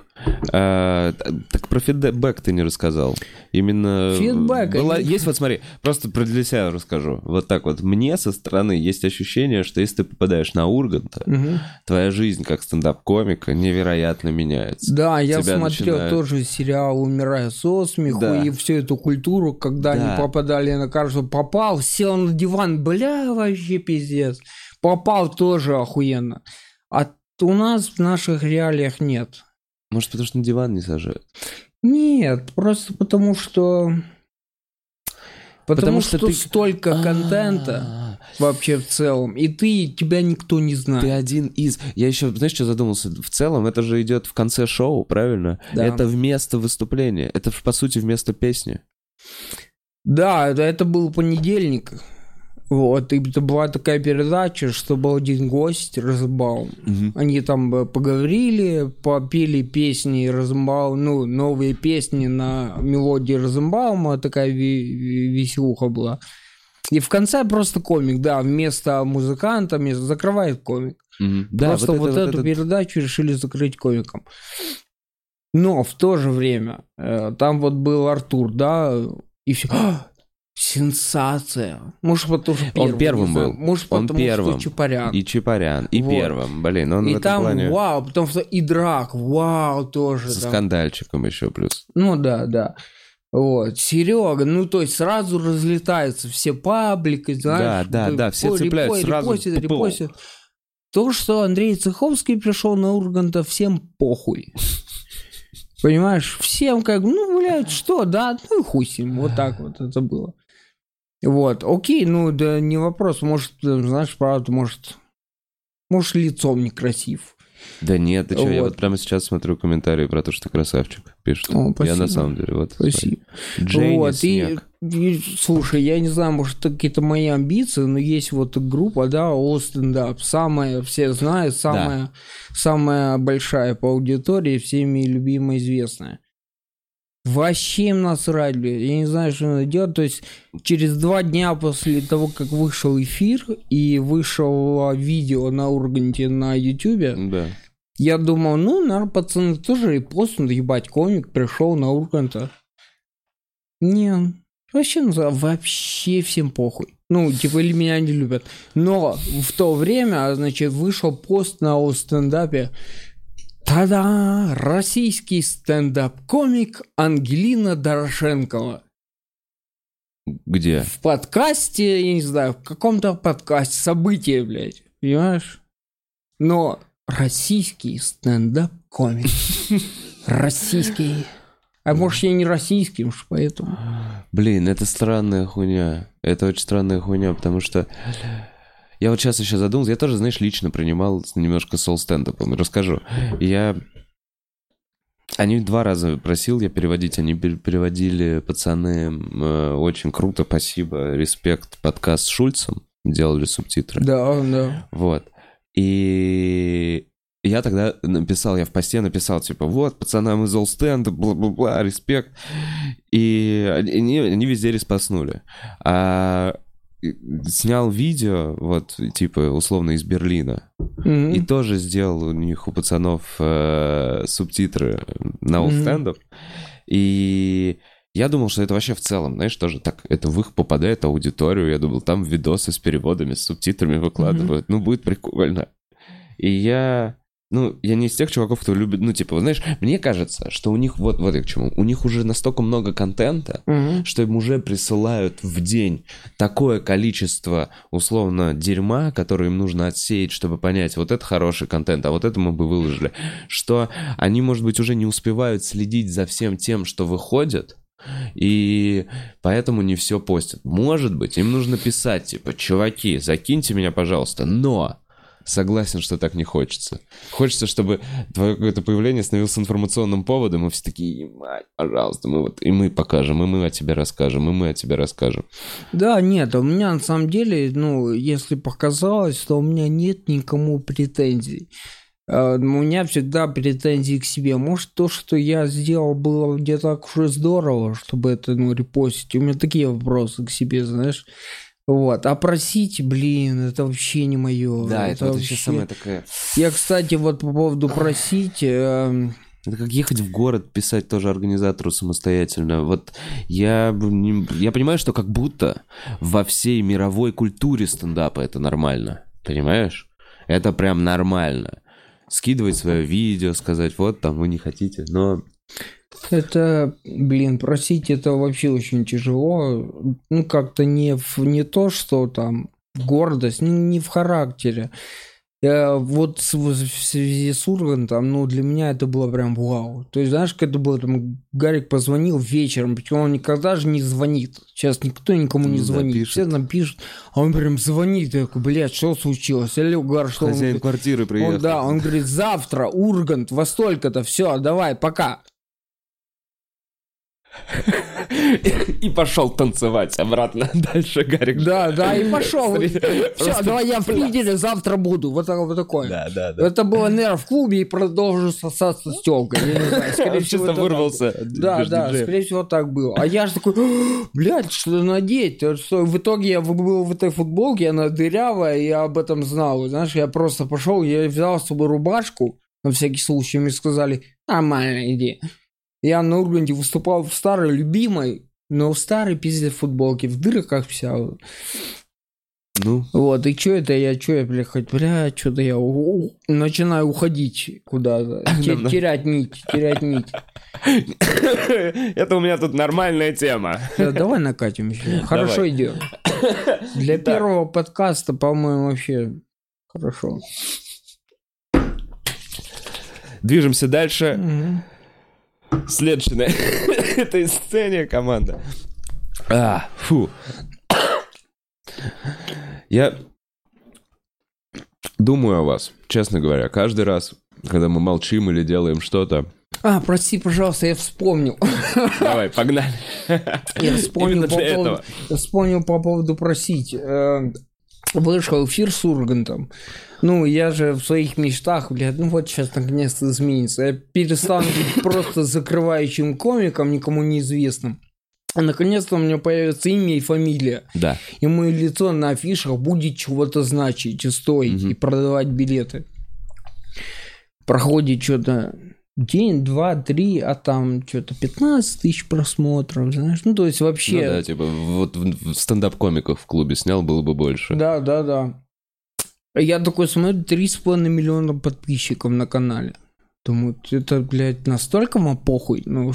так про фидбэк ты не рассказал. Именно... Фидбэк? Есть, вот смотри, просто для себя расскажу. Вот так вот. Мне со стороны есть ощущение, что если ты попадаешь на Урганта, твоя жизнь как стендап-комика невероятно меняется. Да, я смотрел тоже сериал «Умирая со смеху», да. И всю эту культуру, когда они попадали на каждого, попал, сел на диван, бля, вообще пиздец. Попал тоже охуенно. А у нас в наших реалиях нет. Может, потому что на диван не сажают? Нет, просто потому что... Потому что ты... столько контента вообще в целом, и тебя никто не знает. Ты один из... Я еще, знаешь, что задумался? В целом, это же идет в конце шоу, правильно? Да. Это вместо выступления. Это, по сути, вместо песни. Да, это был понедельник. Вот, и это была такая передача, что был один гость, Розенбаум. Они там поговорили, попели песни Розенбаума, ну, новые песни на мелодии Розенбаума, такая веселуха была. И в конце просто комик, да, вместо музыканта закрывает комик. Да, просто вот эту передачу решили закрыть комиком. Но в то же время там вот был Артур, да, и все... Сенсация. Может, потому что он первым был. Может, потому что Чапарян. И Чапарян, и вот. Первым. Блин, он и в этом там, плане... вау, потому что и Драк, вау, тоже. Со там. Скандальчиком еще плюс. Ну, да. Вот. Серега, ну, то есть сразу разлетаются все паблики, знаешь. Да, все цепляются сразу. Репостят. То, что Андрей Цеховский пришел на Урганта, всем похуй. Понимаешь? Всем как, ну, блядь, что, да, ну и хуй с ним. Вот так вот это было. Вот, окей, ну, да не вопрос. Может, знаешь, правда, может, лицом некрасив. Да нет, ты что, я вот прямо сейчас смотрю комментарии про то, что ты красавчик, пишут. Я на самом деле, вот. Спасибо. Вот, и, слушай, я не знаю, может, это какие-то мои амбиции, но есть вот группа, да, All Stand Up, самая, все знают, самая большая по аудитории, всеми любимая, известная. Вообще им насрать, блядь. Я не знаю, что надо делать. То есть через 2 дня после того, как вышел эфир и вышло видео на Урганте на Ютубе, да. Я думал, ну, наверное, пацаны тоже репостнут, ебать, комик пришел на Урганта. Не, вообще всем похуй. Ну, типа, или меня не любят. Но в то время, значит, вышел пост на стендапе. Та-да! Российский стендап-комик Ангелина Дорошенкова. Где? В подкасте, я не знаю, в каком-то подкасте, событие, блядь. Понимаешь? Но российский стендап-комик. Российский. А может, я не российский, уж поэтому. Блин, это странная хуйня. Это очень странная хуйня, потому что... Я вот сейчас еще задумался. Я тоже, знаешь, лично принимал немножко соул-стендапом. Расскажу. Они 2 раза просил я переводить. Они переводили, пацаны, очень круто, спасибо, респект, подкаст с Шульцем. Делали субтитры. Да. Вот. И... Я тогда написал, я в посте написал, типа, вот, пацанам из All Stand, бла-бла-бла, респект. И они везде респоснули. Снял видео, вот, типа, условно, из Берлина. И тоже сделал у них, у пацанов, субтитры на All Stand. И я думал, что это вообще в целом, знаешь, тоже так, это в их попадает аудиторию. Я думал, там видосы с переводами, с субтитрами выкладывают. Ну, будет прикольно. И я не из тех чуваков, кто любит, ну, типа, знаешь, мне кажется, что у них, вот я к чему, у них уже настолько много контента, что им уже присылают в день такое количество, условно, дерьма, которое им нужно отсеять, чтобы понять, вот это хороший контент, а вот это мы бы выложили, что они, может быть, уже не успевают следить за всем тем, что выходит, и поэтому не все постят. Может быть, им нужно писать, типа, чуваки, закиньте меня, пожалуйста, но... Согласен, что так не хочется. Хочется, чтобы твое какое-то появление становилось информационным поводом, и все такие, ебать, пожалуйста, мы покажем, и мы о тебе расскажем, и мы о тебе расскажем. Да, нет, у меня на самом деле, если показалось, то у меня нет никому претензий. У меня всегда претензии к себе. Может, то, что я сделал, было не так уж и здорово, чтобы это, репостить. У меня такие вопросы к себе, знаешь. Вот, а просить, блин, это вообще не мое. Да, это вообще самая такая... Я, кстати, вот по поводу просить... Это как ехать в город, писать тоже организатору самостоятельно. Вот я понимаю, что как будто во всей мировой культуре стендапа это нормально. Понимаешь? Это прям нормально. Скидывать свое видео, сказать, вот там вы не хотите, но... Это, просить это вообще очень тяжело. Как-то не то, что там гордость, не в характере. Вот в связи с Ургантом, для меня это было прям вау. То есть, знаешь, как это было, там, Гарик позвонил вечером, причем он никогда же не звонит. Сейчас никто никому не звонит. Да, все нам пишут, а он прям звонит. Я такой, блядь, что случилось? Алло, Гар, что хозяин квартиры приехал. Он говорит, завтра Ургант во столько-то, все, давай, пока. И пошел танцевать обратно дальше, Гарик. Да, и пошел. Все, давай я в Питере завтра буду. Вот такое. Да. Это было, наверное, в клубе и продолжу сосаться с тёлкой. Я не знаю, скорее всего, чисто вырвался. Да, скорее всего, так было. А я же такой, блядь, что надеть? Что в итоге я был в этой футболке, она дырявая, я об этом знал. Знаешь, я просто пошел, я взял с собой рубашку, на всякий случай, мне сказали, нормально, иди. Я на Урганте выступал в старой любимой, но в старой пиздец футболке, в дырках вся. Вот, и что я, что-то я начинаю уходить куда-то, терять нить. Это у меня тут нормальная тема. Да, давай накатим еще. Хорошо идет. Для первого подкаста, по-моему, вообще хорошо. Движемся дальше. Следующий на этой сцене команда. Фу. Я думаю о вас, честно говоря, каждый раз, когда мы молчим или делаем что-то. Прости, пожалуйста, я вспомнил. Давай, погнали. Я вспомнил по поводу просить. Вышел эфир с Ургантом. Я же в своих мечтах, вот сейчас наконец-то изменится. Я перестану быть просто закрывающим комиком, никому неизвестным. А наконец-то у меня появится имя и фамилия. Да. И мое лицо на афишах будет чего-то значить и стоить, и продавать билеты. Проходит что-то день, 2, 3, а там что-то 15 тысяч просмотров, знаешь, ну, то есть вообще... Ну да, типа, вот в стендап-комиков в клубе снял, было бы больше. Да. Я такой смотрю, 3,5 миллиона подписчиков на канале. Думаю, это, блядь, настолько похуй, ну,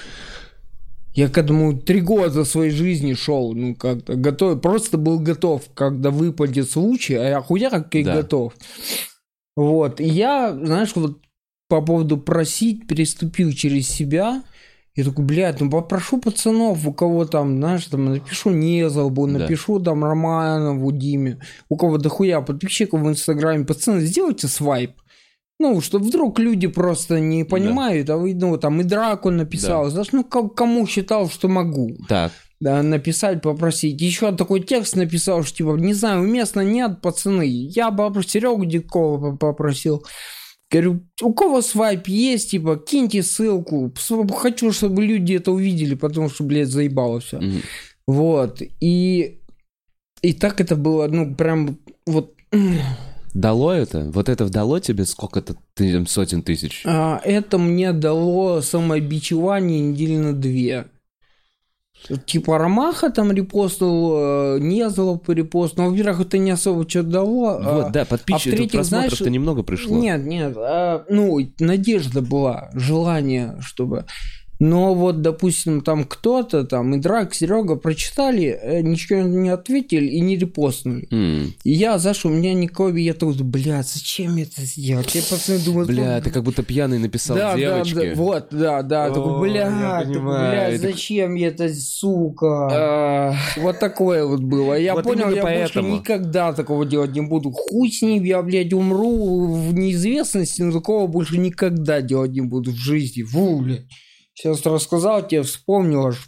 я к этому 3 года своей жизни шел, ну, как-то готов, просто был готов, когда выпадет случай, а я хуя как и готов. Вот, и я, знаешь, вот по поводу просить, переступил через себя. Я такой, блядь, ну попрошу пацанов, у кого там, знаешь, там напишу Незлобу, напишу там Романову, Диме, у кого дохуя подписчиков в Инстаграме, пацаны, сделайте свайп. Ну, что вдруг люди просто не понимают, а вы, ну, там и Драку написал, знаешь, ну, кому считал, что могу. Так. Да, написать, попросить. Еще такой текст написал, что типа, не знаю, уместно, нет, пацаны. Я попросил, Серегу Дедкова попросил. Говорю, у кого свайп есть, типа, киньте ссылку. Хочу, чтобы люди это увидели, потому что, блядь, заебало все. Mm-hmm. Вот. И так это было, ну, прям вот... Дало это? Вот это дало тебе сколько-то сотен тысяч? Это мне дало самобичевание недели на 2. Типа Ромаха там репостил, Незлов репостил. Ну, во-первых, это не особо что-то дало. Вот, да, подписчиков, просмотров-то знаешь, немного пришло. Нет, ну, надежда была, желание, чтобы... Но вот, допустим, там кто-то, там и Драк, Серега прочитали, ничего не ответили и не репостнули. И я зашел, у меня никого, я такой, блядь, зачем это сделать? Я пацаны думаю... Бля, ты как будто пьяный написал девочке. Да, такой, блядь, зачем я это, сука? Вот такое вот было. Я понял, я больше никогда такого делать не буду. Хуй с ним, я, блядь, умру в неизвестности, но такого больше никогда делать не буду в жизни. Фу, блядь. Сейчас рассказал, тебе вспомнил аж.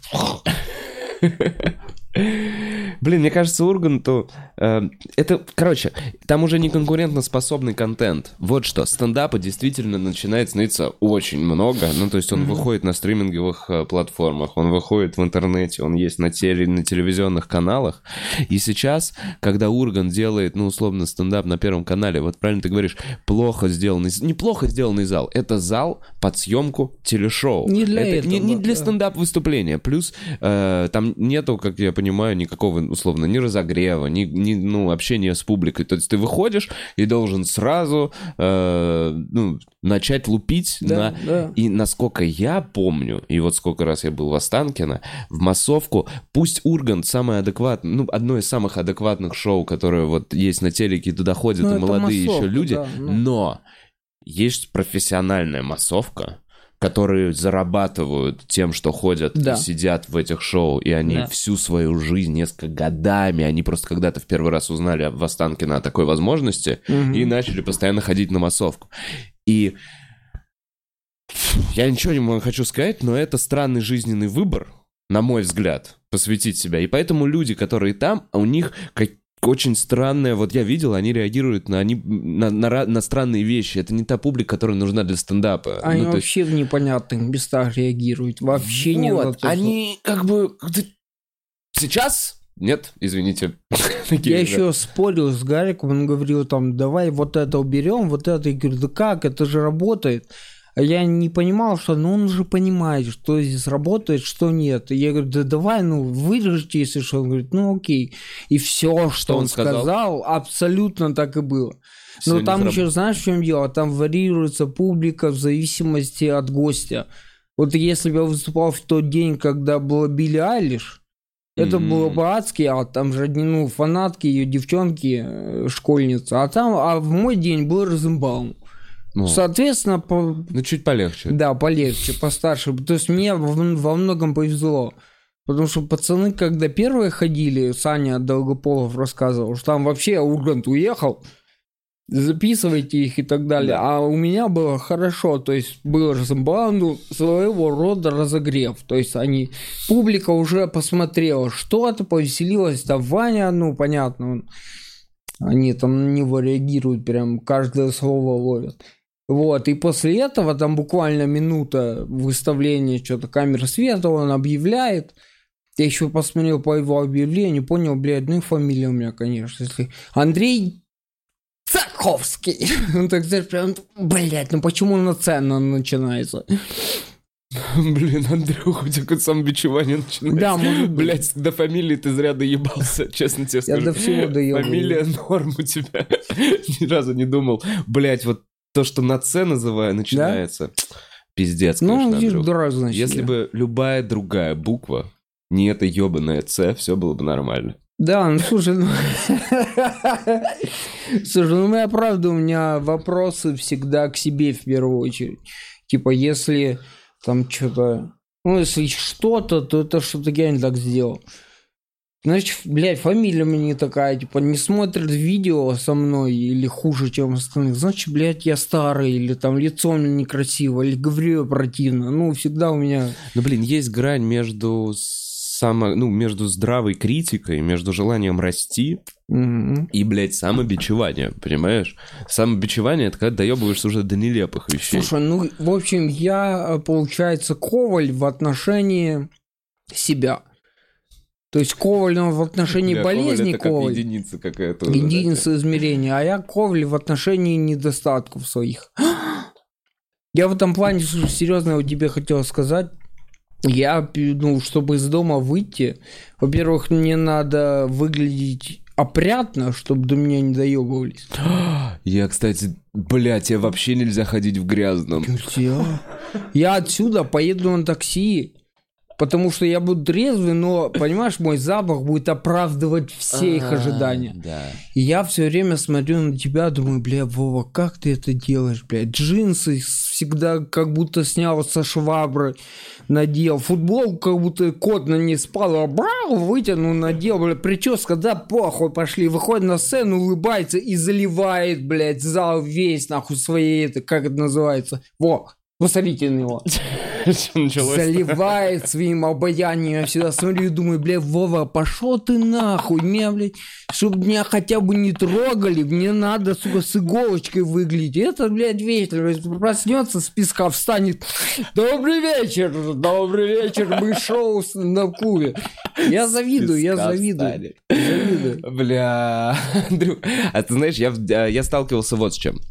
Блин, мне кажется, Урганту... это, короче, там уже не конкурентоспособный контент. Вот что, стендапа действительно начинает становиться очень много. Ну, то есть он выходит на стриминговых платформах, он выходит в интернете, он есть на телевизионных каналах. И сейчас, когда Ургант делает, ну, условно, стендап на Первом канале, вот правильно ты говоришь, плохо сделанный... Неплохо сделанный зал. Это зал под съемку телешоу. Не для этого. Не для стендап-выступления. Плюс там нету, как я понимаю, никакого, условно, ни разогрева, ни общения с публикой. То есть ты выходишь и должен сразу начать лупить. Да. И насколько я помню, и вот сколько раз я был в Останкино, в массовку, пусть Ургант самый адекватный, ну, одно из самых адекватных шоу, которое вот есть на телеке, и туда ходят и молодые массовка, еще люди, но есть профессиональная массовка, которые зарабатывают тем, что ходят и сидят в этих шоу, и они всю свою жизнь, несколько годами, они просто когда-то в первый раз узнали в Останкино о такой возможности и начали постоянно ходить на массовку. И я ничего не хочу сказать, но это странный жизненный выбор, на мой взгляд, посвятить себя. И поэтому люди, которые там, у них очень странное, вот я видел, они реагируют на странные вещи. Это не та публика, которая нужна для стендапа. Они вообще в непонятных местах реагируют. Вообще не на то, они как бы... Сейчас? Нет, извините. Я еще спорил с Гариком, он говорил там, давай вот это уберем, вот это. Я говорю, да как, это же работает. А я не понимал, что он уже понимает, что здесь работает, что нет. И я говорю, да давай, вырежьте, если что. Он говорит, окей. И все, что он сказал, абсолютно так и было. Но там еще, знаешь, в чем дело? Там варьируется публика в зависимости от гостя. Вот если бы я выступал в тот день, когда была Билли Айлиш, это было бы адски, а там же фанатки, ее девчонки, школьницы. А в мой день был Розенбаум. Соответственно... чуть полегче. Да, полегче, постарше. То есть мне во многом повезло. Потому что пацаны, когда первые ходили, Саня Долгополов рассказывал, что там вообще Ургант уехал, записывайте их и так далее. А у меня было хорошо, то есть был Розенбаум, своего рода разогрев. То есть публика уже посмотрела что-то, повеселилась. Там Ваня, понятно, они там на него реагируют, прям каждое слово ловят. Вот, и после этого там буквально минута выставления что-то камеры света, он объявляет. Я еще посмотрел по его объявлению, понял, блядь, и фамилия у меня, конечно. Если Андрей Цеховский. Ну, так знаешь, прям, блядь, ну почему на цену начинается? Блин, Андрюха, у тебя какое-то самобичевание начинается. Да, может быть. Блядь, до фамилии ты зря доебался, честно тебе скажу. Я до всего доебал. Фамилия норм у тебя. Ни разу не думал. Блядь, вот то, что на «Ц» называю, начинается. Пиздец, конечно, Ну, видишь, Андрюх. дурак, значит. Если бы любая другая буква, не эта ебаная «Ц», все было бы нормально. Да, ну слушай, ну... Слушай, ну у меня вопросы всегда к себе в первую очередь. Типа, если там что-то... Ну, если что-то, то это что-то я не так сделал. Значит, блядь, фамилия у меня не такая, типа, не смотрят видео со мной или хуже, чем остальных. Значит, блядь, я старый, или там лицо у меня некрасиво, или говорю я противно. Ну, всегда у меня... Ну, блин, есть грань между между здравой критикой, между желанием расти и, блядь, самобичеванием, понимаешь? Самобичевание — это когда доебываешься уже до нелепых вещей. Слушай, ну, в общем, я, получается, коваль в отношении себя. То есть коваль в отношении болезни коваль. Это единица какая-то. Единица измерения. А я коваль в отношении недостатков своих. Я в этом плане, слушай, серьезно, вот тебе хотел сказать. Я, ну, чтобы из дома выйти, во-первых, мне надо выглядеть опрятно, чтобы до меня не доебывались. Я, кстати, блядь, тебе вообще нельзя ходить в грязном. Я отсюда поеду на такси, потому что я буду трезвый, но, понимаешь, мой запах будет оправдывать все их ожидания. Да. И я все время смотрю на тебя, думаю, бля, Вова, как ты это делаешь, блядь? Джинсы всегда как будто снял со швабры, надел. Футболку как будто кот на ней спал, вытянул, надел, блядь. Прическа, да похуй, пошли. Выходит на сцену, улыбается и заливает, блядь, зал весь, нахуй, своей, это, как это называется? Во, посмотрите на него. Заливает своим обаянием. Я всегда смотрю и думаю, бля, Вова, пошел ты нахуй. Меня, блядь, чтобы меня хотя бы не трогали, мне надо, сука, с иголочкой выглядеть. Это, блядь, вечер. Проснется с песка, встанет. Добрый вечер, мы шоу на клубе. Я завидую. Бля, Андрю, а ты знаешь, я сталкивался вот с чем.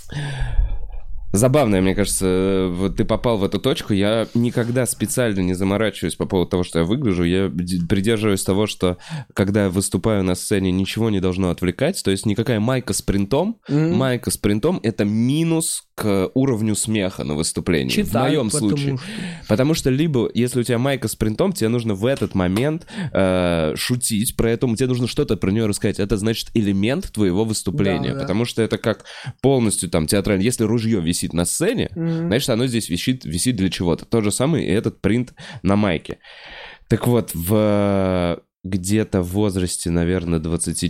Забавно, мне кажется, вот ты попал в эту точку. Я никогда специально не заморачиваюсь по поводу того, что я выгляжу. Я придерживаюсь того, что когда я выступаю на сцене, ничего не должно отвлекать. То есть никакая майка с принтом. Майка с принтом — это минус к уровню смеха на выступлении. Читаю, в моем случае. Потому что либо, если у тебя майка с принтом, тебе нужно в этот момент шутить про это, тебе нужно что-то про нее рассказать. Это значит элемент твоего выступления. Да. Потому что это как полностью там театрально. Если ружье висит на сцене, значит, оно здесь висит для чего-то. То же самое и этот принт на майке. Так вот, где-то в возрасте, наверное,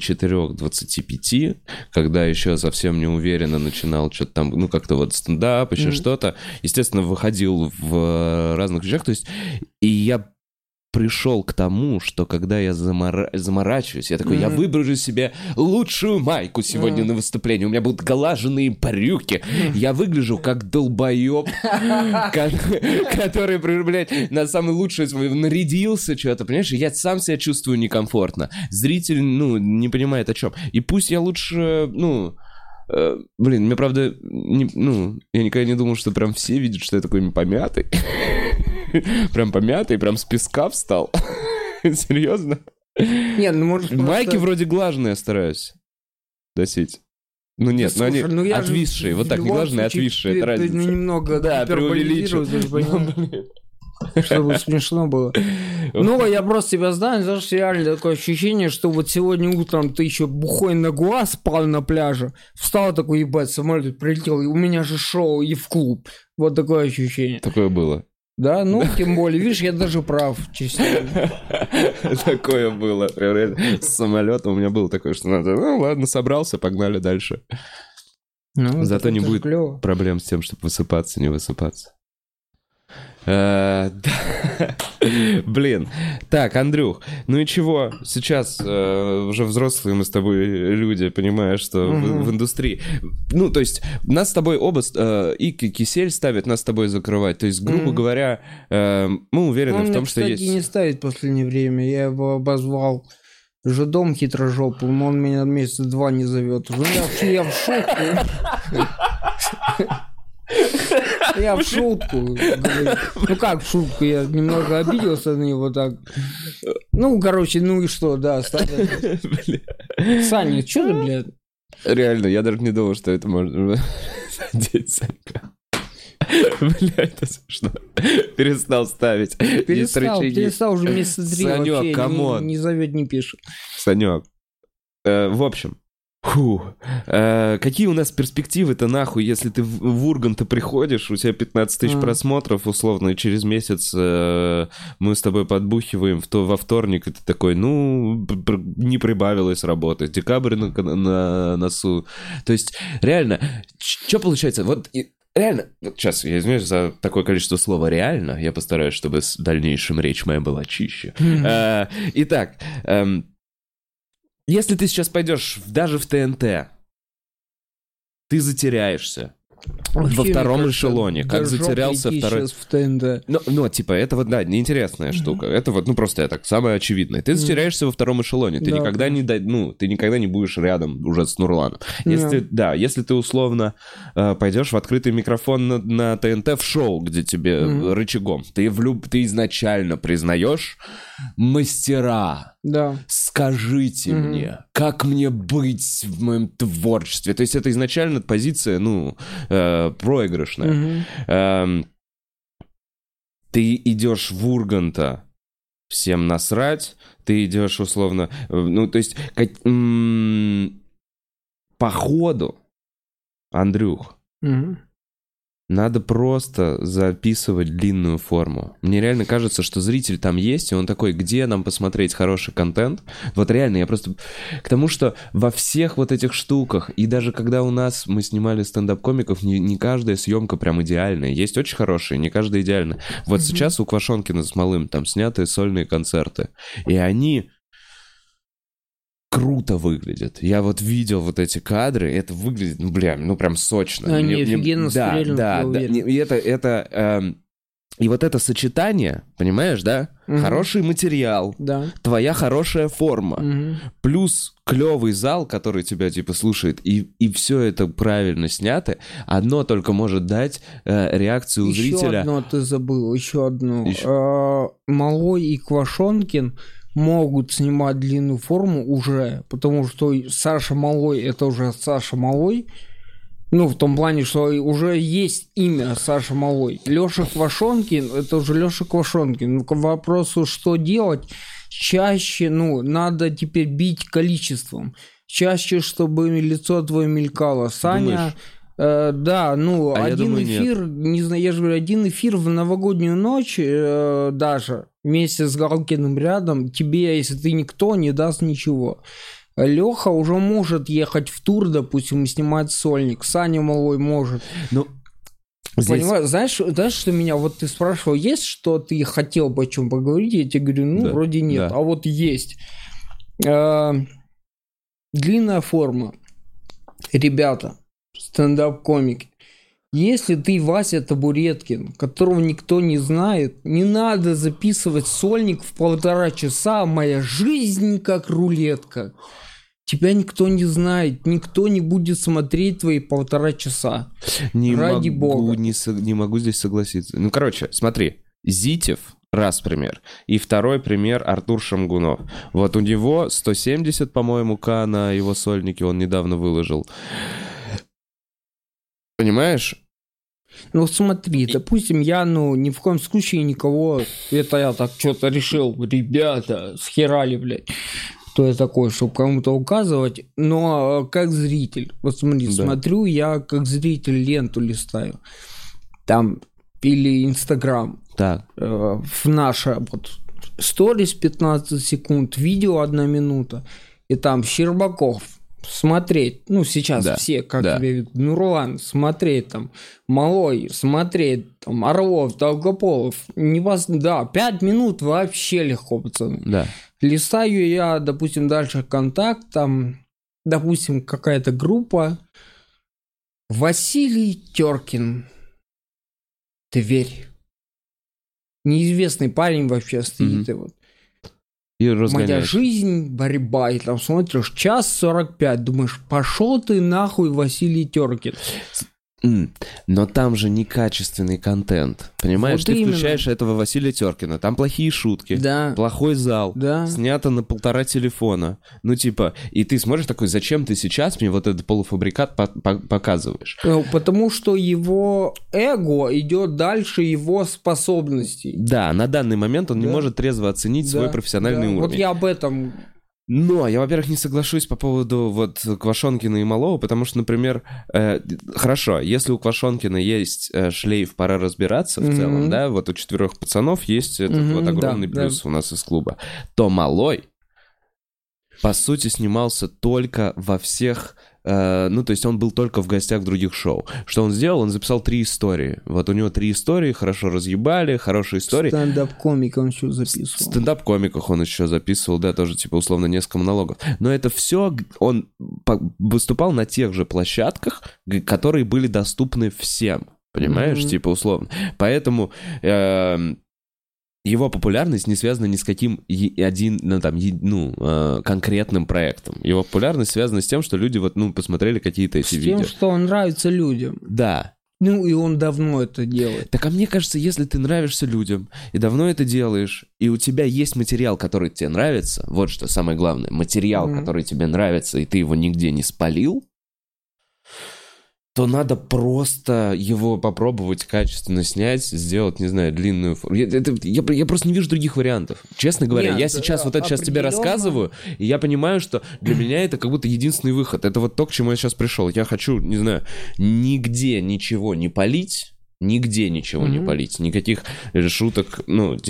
24-25, когда еще совсем неуверенно начинал что-то там, ну, как-то вот стендап, еще что-то, естественно, выходил в разных вещах, то есть, и я пришел к тому, что когда я заморачиваюсь, я такой, я выберу себе лучшую майку сегодня на выступлении, у меня будут глаженные брюки, я выгляжу как долбоеб, который, блядь, на самый лучший свой нарядился что-то, понимаешь, я сам себя чувствую некомфортно, зритель, ну, не понимает о чем, и пусть я лучше, ну... Блин, мне правда, я никогда не думал, что прям все видят, что я такой помятый. Прям помятый, прям с песка встал. Серьезно? Нет, ну может майки вроде глаженные стараюсь носить. Ну нет, да, слушай, но они отвисшие. Вот так, не глаженные, а отвисшие. Это разница. Ты немного преувеличил. Чтобы смешно было. Ну, я просто тебя знаю, знаешь, реально такое ощущение, что вот сегодня утром ты еще бухой на глаз спал на пляже, встал такой, ебать, самолет прилетел, и у меня же шоу и в клуб. Вот такое ощущение. Такое было. Да, ну, тем более, видишь, я даже прав, честно. Такое было. С самолета у меня было такое, что надо, ну ладно, собрался, погнали дальше. Зато не будет проблем с тем, чтобы высыпаться, не высыпаться. Блин. Так, Андрюх, ну и чего? Сейчас уже взрослые мы с тобой люди, понимаешь, что в индустрии. Ну, то есть, нас с тобой оба и кисель ставят, нас с тобой закрывать. То есть, грубо говоря, мы уверены в том, что есть... Он, кстати, не ставит в последнее время. Я его обозвал жидом хитрожопым, он меня месяца 2 не зовет. Ну, я в шутку. Я в шутку говорю. Ну как в шутку, я немного обиделся на него так. Ну, короче, ну и что, да, Саня, что ты, блядь? Реально, я даже не думал, что это можно задеть, Санька. Бля, это смешно. Перестал ставить. Перестал уже месяца 3 Санёк, вообще камон. не зовет, не пишет. Санек. В общем. Какие у нас перспективы-то нахуй, если ты в Ургант приходишь, у тебя 15 тысяч просмотров, условно, и через месяц мы с тобой подбухиваем во вторник, и ты такой, ну, не прибавилось работы, декабрь на носу. То есть, реально, что получается? Вот реально, вот сейчас, я извиняюсь за такое количество слова «реально», я постараюсь, чтобы с дальнейшим речь моя была чище. Итак, если ты сейчас пойдешь даже в ТНТ, ты затеряешься. Вообще, во втором эшелоне, как затерялся второй... Сейчас в ТНТ. Ну, типа, это вот, да, неинтересная штука. Это вот, ну, просто я так, самое очевидное. Ты затеряешься во втором эшелоне. Ты никогда не, ты никогда не будешь рядом уже с Нурланом. Если ты условно пойдешь в открытый микрофон на ТНТ в шоу, где тебе рычагом, ты изначально признаешь мастера. Да. Скажите мне, как мне быть в моем творчестве? То есть это изначально позиция, ну, проигрышная. Ты идешь в Урганта, всем насрать, ты идешь условно... Ну, то есть, по ходу, Андрюх, надо просто записывать длинную форму. Мне реально кажется, что зритель там есть, и он такой, где нам посмотреть хороший контент? Вот реально, я просто... К тому, что во всех вот этих штуках, и даже когда мы снимали стендап-комиков, не каждая съемка прям идеальная. Есть очень хорошие, не каждая идеальная. Вот сейчас у Квашонкина с Малым там сняты сольные концерты, и они... круто выглядит. Я вот видел вот эти кадры, это выглядит, ну, бля, ну, прям сочно. Они офигенно стрельнут, да. И вот это сочетание, понимаешь, да? Хороший материал, твоя хорошая форма, плюс клевый зал, который тебя, типа, слушает, и все это правильно снято, одно только может дать реакцию у зрителя. Еще одно ты забыл, еще одно. Малой и Квашонкин могут снимать длинную форму уже, потому что Саша Малой — это уже Саша Малой. Ну, в том плане, что уже есть имя Саша Малой. Лёша Квашонкин — это уже Лёша Квашонкин. Ну, к вопросу, что делать, чаще, ну, надо теперь бить количеством. Чаще, чтобы лицо твое мелькало. Саня... да, ну, один эфир, не знаю, я же говорю, один эфир в новогоднюю ночь даже вместе с Галкиным рядом тебе, если ты никто, не даст ничего. Леха уже может ехать в тур, допустим, и снимать сольник. Саня Малой может. Ну, здесь... Понимаешь, знаешь, что меня, вот ты спрашивал, есть что ты хотел бы о чем поговорить? Я тебе говорю, ну, да, вроде нет. Да. А вот есть. Длинная форма. Ребята, стендап-комики. Если ты Вася Табуреткин, которого никто не знает, не надо записывать сольник в 1,5 часа, моя жизнь как рулетка. Тебя никто не знает, никто не будет смотреть твои 1,5 часа. Ради бога. Не могу здесь согласиться. Ну, короче, смотри. Зитев, раз пример. И второй пример Артур Шамгунов. Вот у него 170, по-моему, к на его сольнике он недавно выложил. Понимаешь? Ну смотри, допустим, я, ни в коем случае никого, это я так что-то решил, ребята, схерали, блядь, кто я такой, чтобы кому-то указывать, но как зритель, вот смотри, да. Смотрю, я как зритель ленту листаю, там, или Инстаграм, в наше, вот, сторис 15 секунд, видео 1 минута, и там Щербаков, смотреть, ну, сейчас все, как тебе видят, Нурлан, смотреть, там, Малой, смотреть, там, Орлов, Долгополов, 5 минут вообще легко, пацаны. Да. Листаю я, допустим, дальше контакт, там, допустим, какая-то группа, Василий Теркин, Тверь. Неизвестный парень вообще стоит, и вот. И разгоняешь. Моя жизнь, борьба, и там смотришь, 1:45, думаешь, пошел ты нахуй, Василий Теркин. Но там же некачественный контент. Понимаешь, Вот ты именно. включаешь этого Василия Теркина, там плохие шутки, Да. плохой зал, Да. снято на 1,5 телефона. Ну, типа, и ты смотришь такой, зачем ты сейчас мне вот этот полуфабрикат показываешь? Потому что его эго идет дальше его способностей. Да, на данный момент он не Да. может трезво оценить свой Да, профессиональный да. уровень. Вот я об этом... Но я, во-первых, не соглашусь по поводу вот Квашонкина и Малого, потому что, например, хорошо, если у Квашонкина есть шлейф, пора разбираться в целом, да, вот у 4 пацанов есть этот вот огромный да, плюс у нас из клуба, то Малой, по сути, снимался только во всех... ну, то есть он был только в гостях в других шоу. Что он сделал? Он записал 3 истории. Вот у него 3 истории, хорошо разъебали, хорошие истории. Стендап-комик он еще записывал. В стендап-комиках он еще записывал, да, тоже, типа, условно, несколько монологов. Но это все, он выступал на тех же площадках, которые были доступны всем. Понимаешь, типа, условно. Поэтому... его популярность не связана ни с каким конкретным проектом. Его популярность связана с тем, что люди вот, посмотрели какие-то эти видео. С тем, что он нравится людям. Да. Ну, и он давно это делает. Так, а мне кажется, если ты нравишься людям, и давно это делаешь, и у тебя есть материал, который тебе нравится, вот что самое главное, материал, который тебе нравится, и ты его нигде не спалил, то надо просто его попробовать качественно снять, сделать, не знаю, длинную... Я просто не вижу других вариантов. Честно говоря, Нет, я сейчас вот это сейчас тебе рассказываю, и я понимаю, что для меня это как будто единственный выход. Это вот то, к чему я сейчас пришел. Я хочу, не знаю, нигде ничего не палить, нигде ничего не палить, никаких шуток,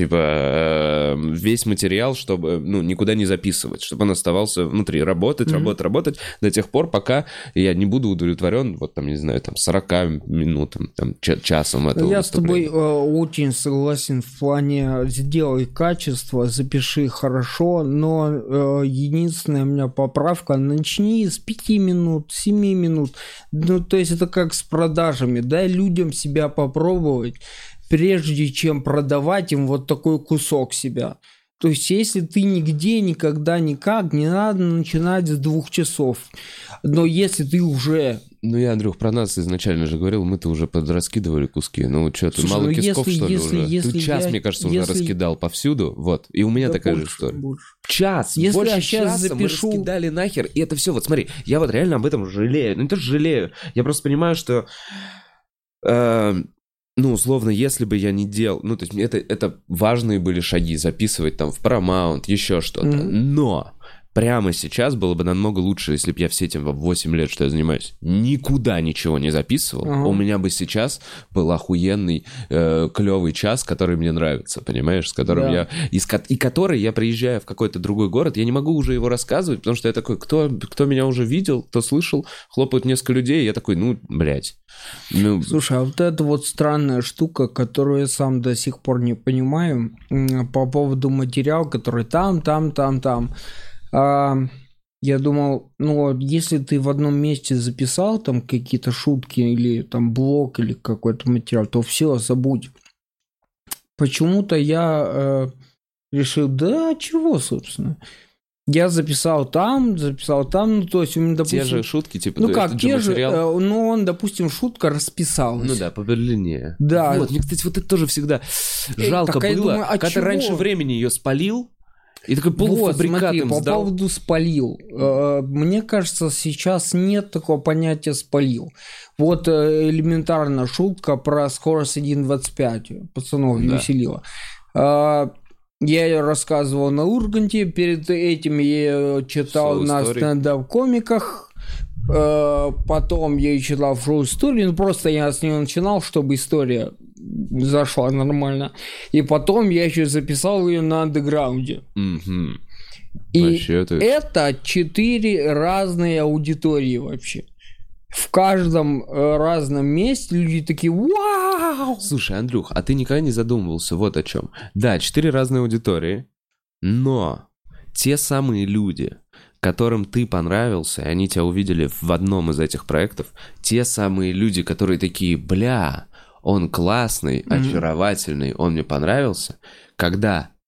весь материал, чтобы, никуда не записывать, чтобы он оставался внутри, работать до тех пор, пока я не буду удовлетворен, 40 минутам, часом этого Я с тобой выступления. очень согласен в плане сделай качество, запиши хорошо, но единственная у меня поправка, начни с 5 минут, 7 минут, то есть это как с продажами, дай людям себя попробовать, прежде чем продавать им вот такой кусок себя. То есть, если ты нигде, никогда, никак, не надо начинать с 2 часов. Но если ты уже... Я, Андрюх, про нас изначально же говорил, мы-то уже подраскидывали куски. Что, ты мало кисков, что ли, уже? Ты час, мне кажется, уже раскидал повсюду, вот. И у меня такая же история. Час, если больше я сейчас часа запишу... мы раскидали нахер, и это все, вот смотри, я вот реально об этом жалею. Не то, что жалею, я просто понимаю, что... условно, если бы я не делал... то есть это важные были шаги, записывать там в Paramount, еще что-то. Но прямо сейчас было бы намного лучше, если бы я все этим 8 лет, что я занимаюсь, никуда ничего не записывал. У меня бы сейчас был охуенный, клевый час, который мне нравится, понимаешь? С которым я... И который я приезжаю в какой-то другой город, я не могу уже его рассказывать, потому что я такой, кто меня уже видел, кто слышал, хлопают несколько людей, и я такой, блядь. Слушай, а вот это вот странная штука, которую я сам до сих пор не понимаю, по поводу материала, который там. Я думал, если ты в одном месте записал там какие-то шутки или там блог или какой-то материал, то все, забудь. Почему-то я решил, чего, собственно. Я записал там, то есть у меня, допустим... Те же шутки, типа, те же, он, допустим, шутка расписалась. по длине. Да. Вот, мне, кстати, вот это тоже всегда жалко было, думаю, когда ты раньше времени ее спалил, и такой полуфабрикатом по поводу спалил. Мне кажется, сейчас нет такого понятия спалил. Вот элементарная шутка про скорость 1.25. Пацанов веселила. Я ее рассказывал на Урганте, перед этим я ее читал на стендап-комиках, потом я ее читал в шоу-истории, просто я с нее начинал, чтобы история зашла нормально, и потом я еще записал ее на андеграунде. И вообще, это 4 разные аудитории вообще. В каждом разном месте люди такие «Вау!». Слушай, Андрюх, а ты никогда не задумывался вот о чем? Да, 4 разные аудитории, но те самые люди, которым ты понравился, и они тебя увидели в одном из этих проектов, те самые люди, которые такие «Бля, он классный, очаровательный, он мне понравился», когда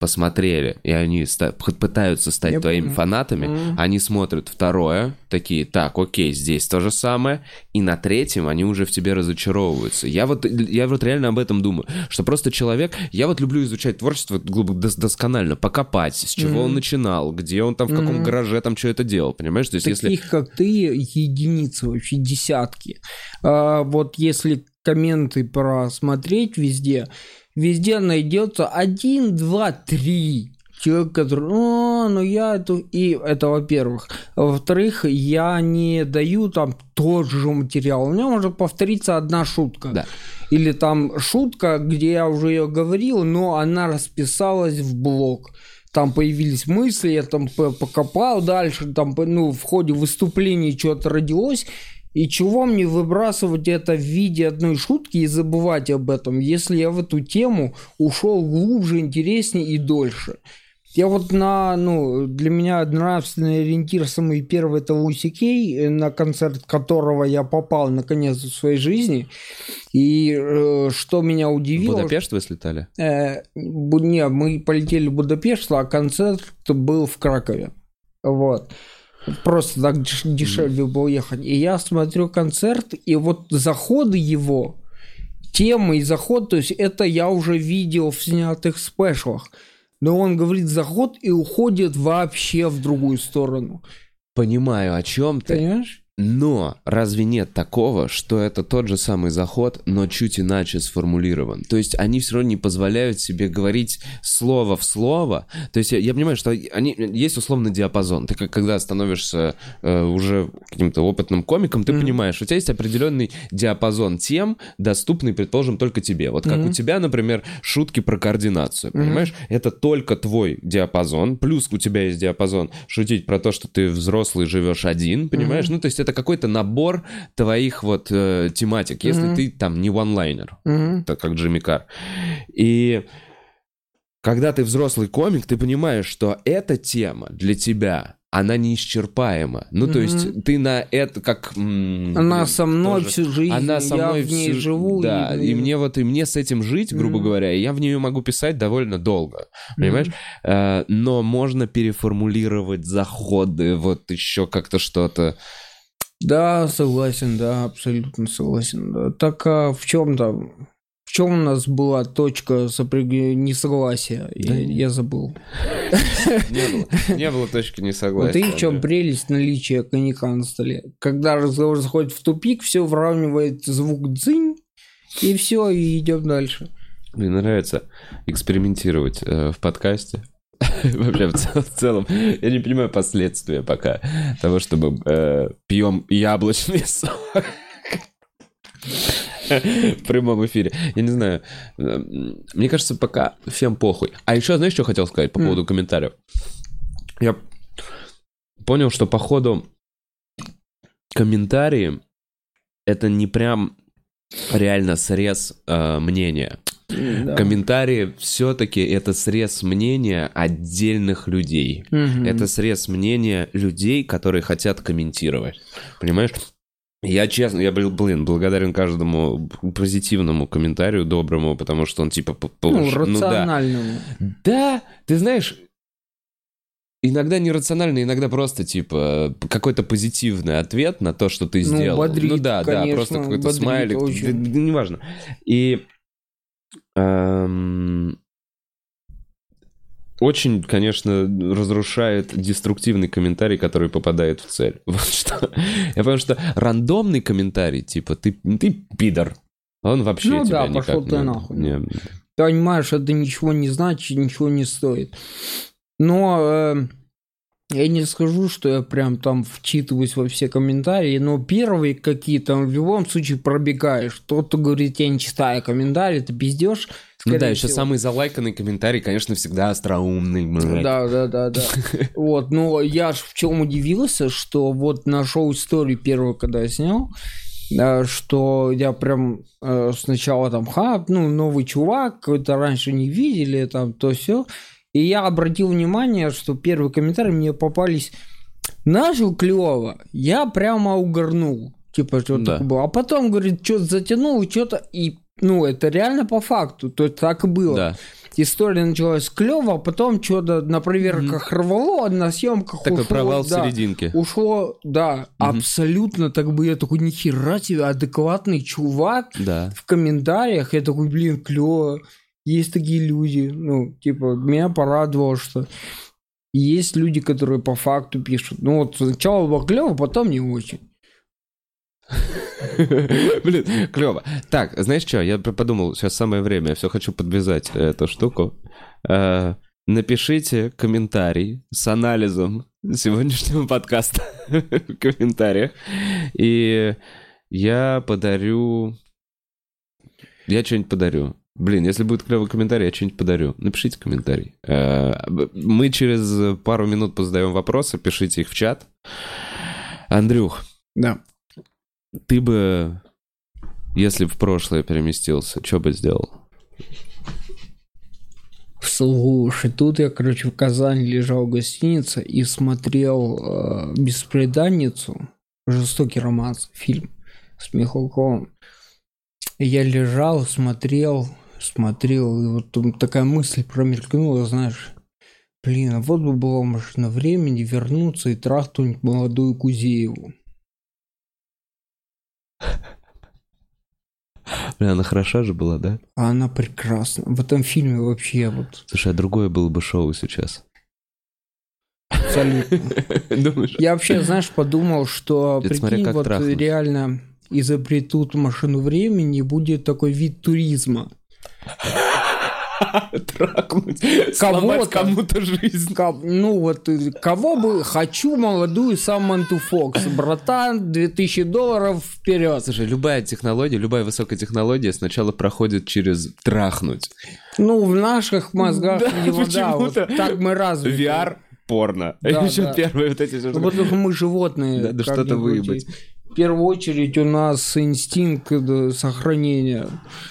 посмотрели, и они пытаются стать твоими фанатами, они смотрят второе, такие, так, окей, здесь то же самое, и на третьем они уже в тебе разочаровываются. Я вот реально об этом думаю, что просто человек, я вот люблю изучать творчество досконально, покопать, с чего он начинал, где он там, в каком гараже там что это делал, понимаешь? То есть, таких, как ты, единицы вообще, десятки. Вот если комменты просмотреть везде найдется 1, 2, 3 человек, который, и это во-первых. Во-вторых, я не даю там тот же материал. У меня может повториться одна шутка. Да. Или там шутка, где я уже ее говорил, но она расписалась в блог. Там появились мысли, я там покопал дальше, там, в ходе выступления что-то родилось. И чего мне выбрасывать это в виде одной шутки и забывать об этом, если я в эту тему ушел глубже, интереснее и дольше. Я вот для меня нравственный ориентир самый первый — это Луиси Кей, на концерт которого я попал наконец в своей жизни. И что меня удивило... В Будапешт вы слетали? Не, мы полетели в Будапешт, а концерт был в Кракове. Вот. Просто так дешевле было ехать. И я смотрю концерт, и вот заходы его, темы и заход, то есть это я уже видел в снятых спешлах. Но он говорит заход и уходит вообще в другую сторону. Понимаю, о чем ты. Понимаешь? Но разве нет такого, что это тот же самый заход, но чуть иначе сформулирован? То есть они все равно не позволяют себе говорить слово в слово. То есть я понимаю, что есть условный диапазон. Ты когда становишься уже каким-то опытным комиком, ты понимаешь, у тебя есть определенный диапазон тем, доступный, предположим, только тебе. Вот как у тебя, например, шутки про координацию, понимаешь? Это только твой диапазон, плюс у тебя есть диапазон шутить про то, что ты взрослый, живешь один, понимаешь? Ну, то есть это какой-то набор твоих вот тематик, если ты там не онлайнер, так как Джимми Карр. И когда ты взрослый комик, ты понимаешь, что эта тема для тебя, она неисчерпаема. Ну, то есть ты на это как... Она со мной всю жизнь, она со мной я в ней живу. Да, и мне с этим жить, грубо говоря, и я в нее могу писать довольно долго, понимаешь? Но можно переформулировать заходы, вот еще как-то что-то. Да, согласен, да, абсолютно согласен. Да. Так в чем у нас была точка несогласия? Да. Я забыл. Не было точки несогласия. Вот и в чем прелесть наличия коньяка на столе. Когда разговор заходит в тупик, все выравнивает звук дзынь, и все, и идем дальше. Мне нравится экспериментировать в подкасте. Вообще, в целом, я не понимаю последствия пока того, чтобы пьем яблочный сок в прямом эфире. Я не знаю. Мне кажется, пока всем похуй. А еще, знаешь, что хотел сказать по поводу комментариев? Я понял, что, походу, комментарии — это не прям реально срез мнения. Да. Комментарии все-таки это срез мнения отдельных людей. Это срез мнения людей, которые хотят комментировать. Понимаешь? Я честно, я был, благодарен каждому позитивному комментарию, доброму, потому что он типа... рациональному. Да, ты знаешь... Иногда нерационально, иногда просто, типа, какой-то позитивный ответ на то, что ты сделал. Бодрит, да, конечно, просто какой-то смайлик. Неважно. И очень, конечно, разрушает деструктивный комментарий, который попадает в цель. Вот что. Я понял, что рандомный комментарий, типа, ты пидор, он вообще тебя никак... пошел ты нахуй. Ты понимаешь, это ничего не значит, ничего не стоит. Но я не скажу, что я прям там вчитываюсь во все комментарии, но первые какие-то в любом случае пробегаешь. Тот, кто говорит, я не читаю комментарии, ты пиздешь. Ну да, еще самый залайканный комментарий, конечно, всегда остроумный. Да. Вот, но я ж в чем удивился, что вот на шоу-истории первого, когда я снял, что я прям сначала там, новый чувак, какой-то раньше не видели, там, то все. И я обратил внимание, что первые комментарии мне попались начал клево, я прямо угорнул. Типа, что такое было. А потом, говорит, что-то затянул, что-то, и, это реально по факту, то есть так и было. Да. история началась клево, а потом что-то на проверках рвало, а на съемках такой ушло... провал в серединке. Ушло, абсолютно, так бы я такой, нихера себе, адекватный чувак в комментариях. Я такой, блин, клево. Есть такие люди. Ну, типа, меня порадовало, что есть люди, которые по факту пишут. Ну, вот сначала было клево, потом не очень. Блин, клево. Так, знаешь что, я подумал, сейчас самое время, я все хочу подвязать эту штуку. Напишите комментарий с анализом сегодняшнего подкаста в комментариях, и я что-нибудь подарю. Блин, если будет клевый комментарий, я что-нибудь подарю. Напишите комментарий. Мы через пару минут позадаем вопросы, пишите их в чат. Андрюх. Да. Ты бы, если в прошлое переместился, что бы сделал? Слушай, тут я, короче, в Казани лежал в гостинице и смотрел «Бесприданницу», жестокий романс, фильм с Михалковым. Я лежал, смотрел, и вот такая мысль промелькнула, знаешь, блин, вот бы была машина времени, вернуться и трахнуть молодую Гузееву. Бля, она хороша же была, да? А она прекрасна. В этом фильме вообще вот... Слушай, а другое было бы шоу сейчас. Абсолютно. Думаешь? Я вообще, знаешь, подумал, что, прикинь, вот трахнуть. Реально изобретут машину времени, и будет такой вид туризма. Трахнуть, сломать кому-то жизнь. Ну вот, кого бы... Хочу молодую Саманту Фокс. Братан, $2000 вперед. Слушай, любая технология, любая высокая технология сначала проходит через трахнуть. Ну, в наших мозгах, да, вот так мы развиты. VR, порно. Да, еще первые вот эти... Ну, потому что мы животные. Да что-то выебать. В первую очередь у нас инстинкт сохранения.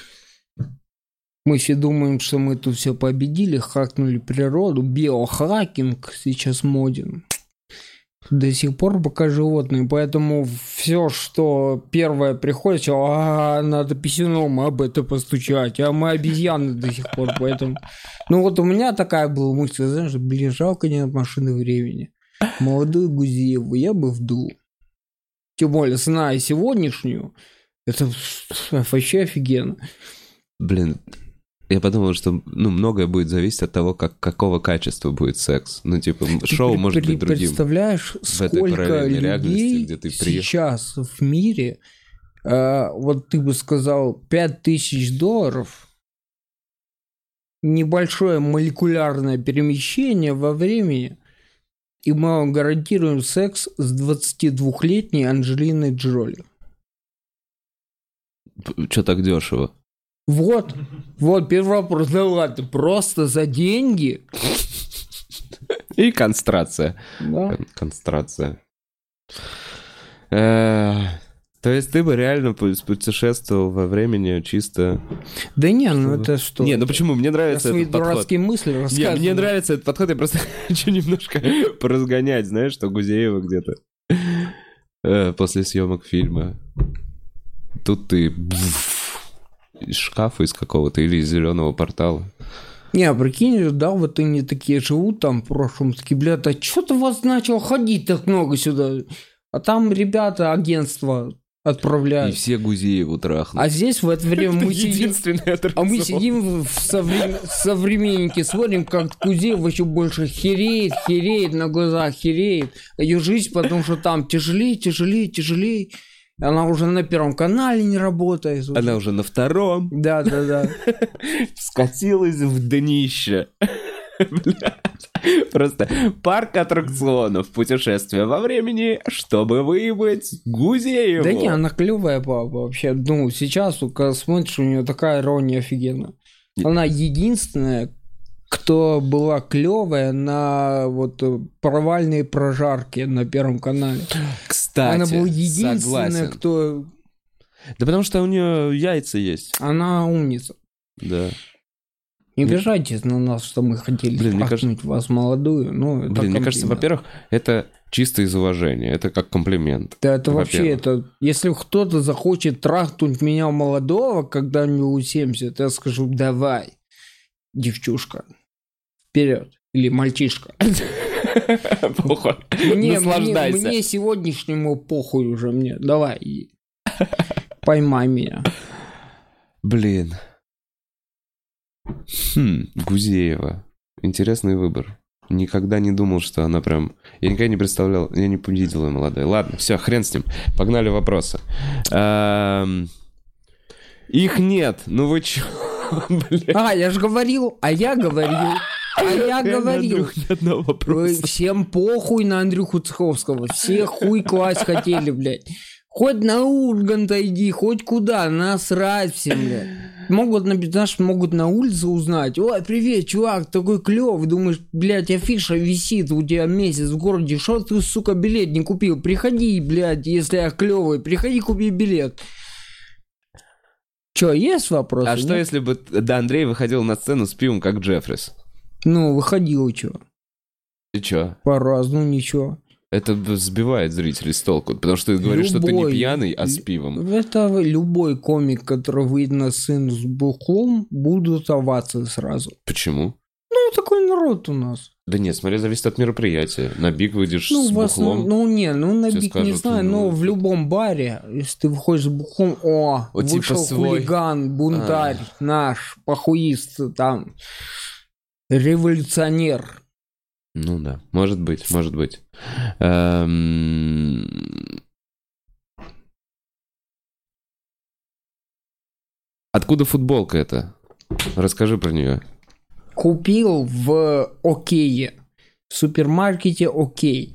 Мы все думаем, что мы тут все победили, хакнули природу. Биохакинг сейчас моден. До сих пор пока животные. Поэтому все, что первое приходит, надо писюном об это постучать. А мы обезьяны до сих пор. Поэтому... Ну вот у меня такая была мысль, знаешь, блин, жалко нет машины времени. Молодую Гузееву я бы вдул. Тем более, зная сегодняшнюю, это вообще офигенно. Блин, я подумал, что многое будет зависеть от того, какого качества будет секс. Ну, типа, шоу может быть другим. Представляешь, сколько людей где ты сейчас в мире, вот ты бы сказал, $5000, небольшое молекулярное перемещение во времени, и мы вам гарантируем секс с 22-летней Анджелиной Джоли. Чё так дешево? Вот, первый вопрос. Да ладно, просто за деньги? И констрация. Да. Констрация. То есть ты бы реально путешествовал во времени чисто... Да не, ну это что? Не, ну почему? Мне нравится этот подход. Я свои дурацкие мысли рассказываю. Мне нравится этот подход, я просто хочу немножко поразгонять, знаешь, что Гузеева где-то после съемок фильма. Тут ты... из шкафа из какого-то или из зеленого портала. Не, прикинь, да, вот они такие живут там в прошлом, такие, блядь, а что-то вас начало ходить так много сюда? А там ребята, агентство отправляют. И все Гузееву трахнут. А здесь в это время мы сидим... А мы сидим в современнике, смотрим, как Гузеева еще больше хереет, на глазах хереет. Ее жизнь, потому что там тяжелее. Она уже на Первом канале не работает. Она уже на Втором. Да. Скатилась в днище. Просто парк аттракционов, путешествие во времени, чтобы выебать Гузееву. Да не, она клевая баба вообще. Ну, сейчас, когда смотришь, у нее такая ирония офигенная. Она единственная, кто была клевая на вот провальные прожарки на Первом канале. Кстати, она была единственная, согласен. Кто... Да потому что у нее яйца есть. Она умница. Да. Не обижайтесь на нас, что мы хотели трахнуть вас молодую. Мне кажется, во-первых, это чисто из уважения. Это как комплимент. Да, это вообще, это... Если кто-то захочет трахнуть меня молодого когда-нибудь 70, я скажу, давай. девчушка, вперед. Или мальчишка. Похуй. Наслаждайся. Мне сегодняшнему похуй уже мне. Давай. Поймай меня. Блин. Гузеева. Интересный выбор. Никогда не думал, что она прям... Я никогда не представлял, я не видел ее молодой. Ладно, все, хрен с ним. Погнали вопросы. Их нет. Ну вы чё? Я же говорил, я говорил. Андрюх, ни одного вопроса. Всем похуй на Андрюху Цеховского. Все хуй класть хотели, блядь. Хоть на Ургант иди, хоть куда, насрать всем, блядь. Могут на улице узнать. Ой, привет, чувак, такой клёвый. Думаешь, блядь, афиша висит у тебя месяц в городе. Что ты, сука, билет не купил? Приходи, блядь, если я клёвый. Приходи, купи билет. Чё, есть вопросы? А что, если бы Андрей выходил на сцену с пивом, как Джеффрис? Ну, выходил, чё. И чё? По-разному, ничего. Это сбивает зрителей с толку, потому что ты говоришь, что ты не пьяный, а с пивом. Это любой комик, который выйдет на сцену с бухлом, будут овации сразу. Почему? Ну, такой народ у нас. Да нет, смотри, зависит от мероприятия. На биг выйдешь с бухлом. На биг не знаю, но в любом баре, если ты выходишь с бухлом, вышел типа хулиган, бунтарь наш, похуист, там, революционер. Ну да, может быть. Откуда футболка эта? Расскажи про нее. Купил в Окее. В супермаркете Окей.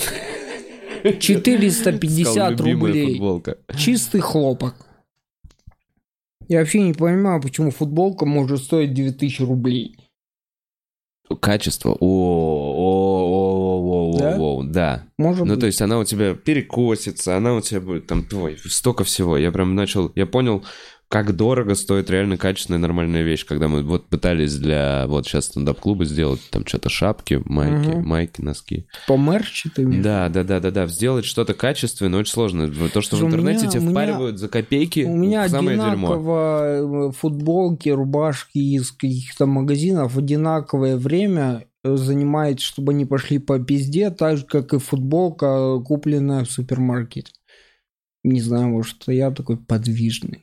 450 рублей. Футболка. Чистый хлопок. Я вообще не понимаю, почему футболка может стоить 2000 рублей. Качество. Да. Может быть. То есть она у тебя перекосится, она у тебя будет там, столько всего. Я прям я понял, как дорого стоит реально качественная нормальная вещь, когда мы пытались для сейчас стендап-клуба сделать там что-то шапки, майки, носки. По мерчу ты имеешь? Да. Сделать что-то качественное очень сложно. То, что в интернете тебе впаривают за копейки, у меня самое дерьмо. одинаково футболки, рубашки из каких-то магазинов одинаковое время занимает, чтобы они пошли по пизде, так же, как и футболка, купленная в супермаркете. Не знаю, может, я такой подвижный.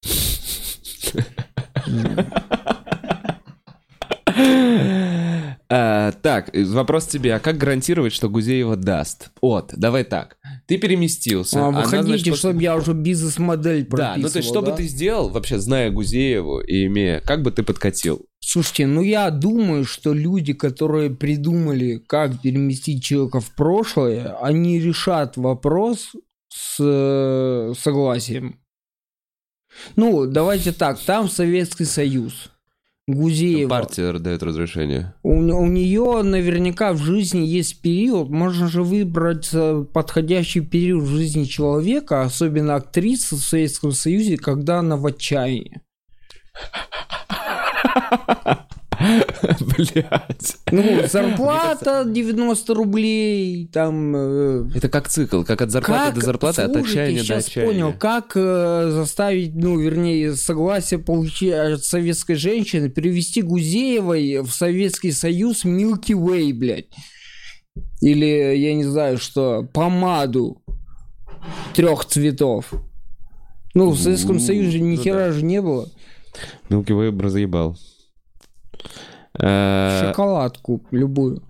Так, вопрос тебе. А как гарантировать, что Гузеева даст? Давай так. Ты переместился. Вы хотите, чтобы я уже бизнес-модель прописывал? Да, то есть что бы ты сделал, вообще, зная Гузееву и имея... Как бы ты подкатил? Слушайте, я думаю, что люди, которые придумали, как переместить человека в прошлое, они решат вопрос с согласием. Давайте так, там Советский Союз. Гузеева. Партия дает разрешение. У нее наверняка в жизни есть период, можно же выбрать подходящий период в жизни человека, особенно актрисы в Советском Союзе, когда она в отчаянии. Блять. Зарплата 90 рублей, там... Это как цикл, как от зарплаты до зарплаты, от отчаяния до отчаяния. Понял, как заставить, согласие получить от советской женщины, перевести Гузеевой в Советский Союз Milky Way, блядь. Или, я не знаю, что, помаду 3 цветов. В Советском Союзе ни хера же не было. Milky Way разъебал. Шоколадку любую.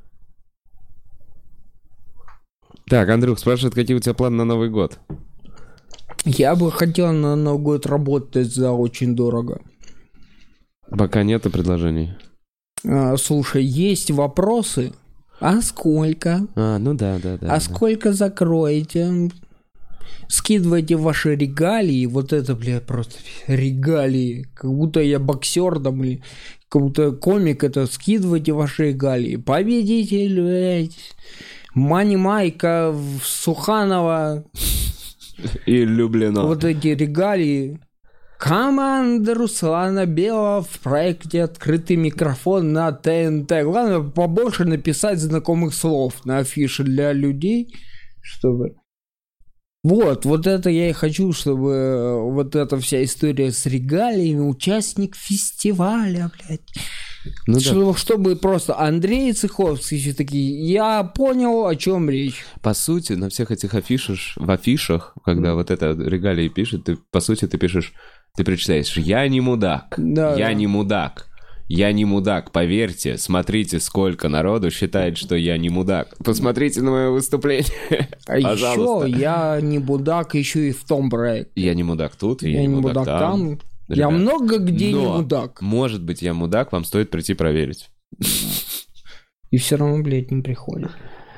Так, Андрюх спрашивает, какие у тебя планы на Новый год? Я бы хотел на Новый год работать за очень дорого. Пока нету предложений. Слушай, есть вопросы? А сколько? Да. Сколько закроете? Скидывайте ваши регалии. Просто регалии. Как будто я боксер там, или как будто комик. Это скидывайте ваши регалии. Победитель, блядь. Мани Майка, Суханова. И Люблено. Эти регалии. Команда Руслана Белого в проекте «Открытый микрофон» на ТНТ. Главное, побольше написать знакомых слов на афише для людей, чтобы... Вот это я и хочу, чтобы вот эта вся история с регалиями, участник фестиваля, блядь. Ну, чтобы просто Андрей Цеховский еще такие, я понял, о чем речь. По сути, на всех этих в афишах, когда вот это регалии пишет, ты, по сути, ты пишешь, ты прочитаешь, я не мудак, не мудак. Я не мудак, поверьте, смотрите, сколько народу считает, что я не мудак. Посмотрите на мое выступление, пожалуйста. Еще я не мудак, еще и в том проекте. Я не мудак тут, я не мудак там. Ребят, я много где не мудак. Может быть, я мудак, вам стоит прийти проверить. И все равно, блядь, не приходит.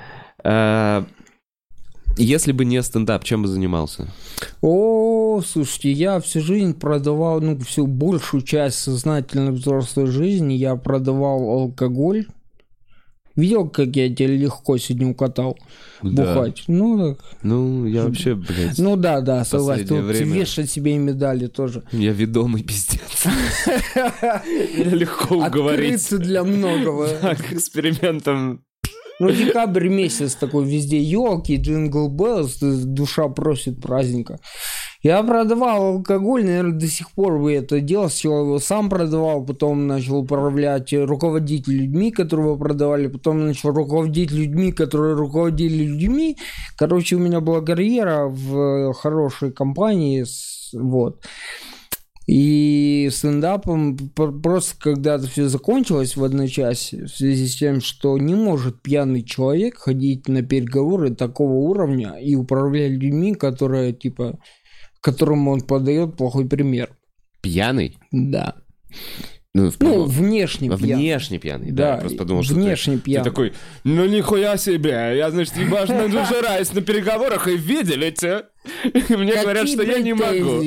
Если бы не стендап, чем бы занимался? Слушайте, я всю жизнь продавал, всю большую часть сознательной взрослой жизни я продавал алкоголь. Видел, как я тебя легко сегодня укатал бухать? Я вообще, блядь. Да, согласен. Вешать себе медали тоже. Я ведомый пиздец. Я легко уговорить. Открыться для многого. К экспериментам. Декабрь месяц такой, везде елки, джингл беллс, душа просит праздника. Я продавал алкоголь, наверное, до сих пор бы это делал. Сначала его сам продавал, потом начал управлять, руководить людьми, которые его продавали, потом начал руководить людьми, которые руководили людьми. Короче, у меня была карьера в хорошей компании, вот. И стендапом просто когда-то все закончилось в одночасье в связи с тем, что не может пьяный человек ходить на переговоры такого уровня и управлять людьми, которые, которым он подает плохой пример. Пьяный? Да. Внешне пьяный. Внешне пьяный, да. Я просто подумал, что внешне пьяный. Ты такой, нихуя себе, я, значит, ебашно нажираюсь на переговорах, и видели тебя? Мне говорят, что я не могу.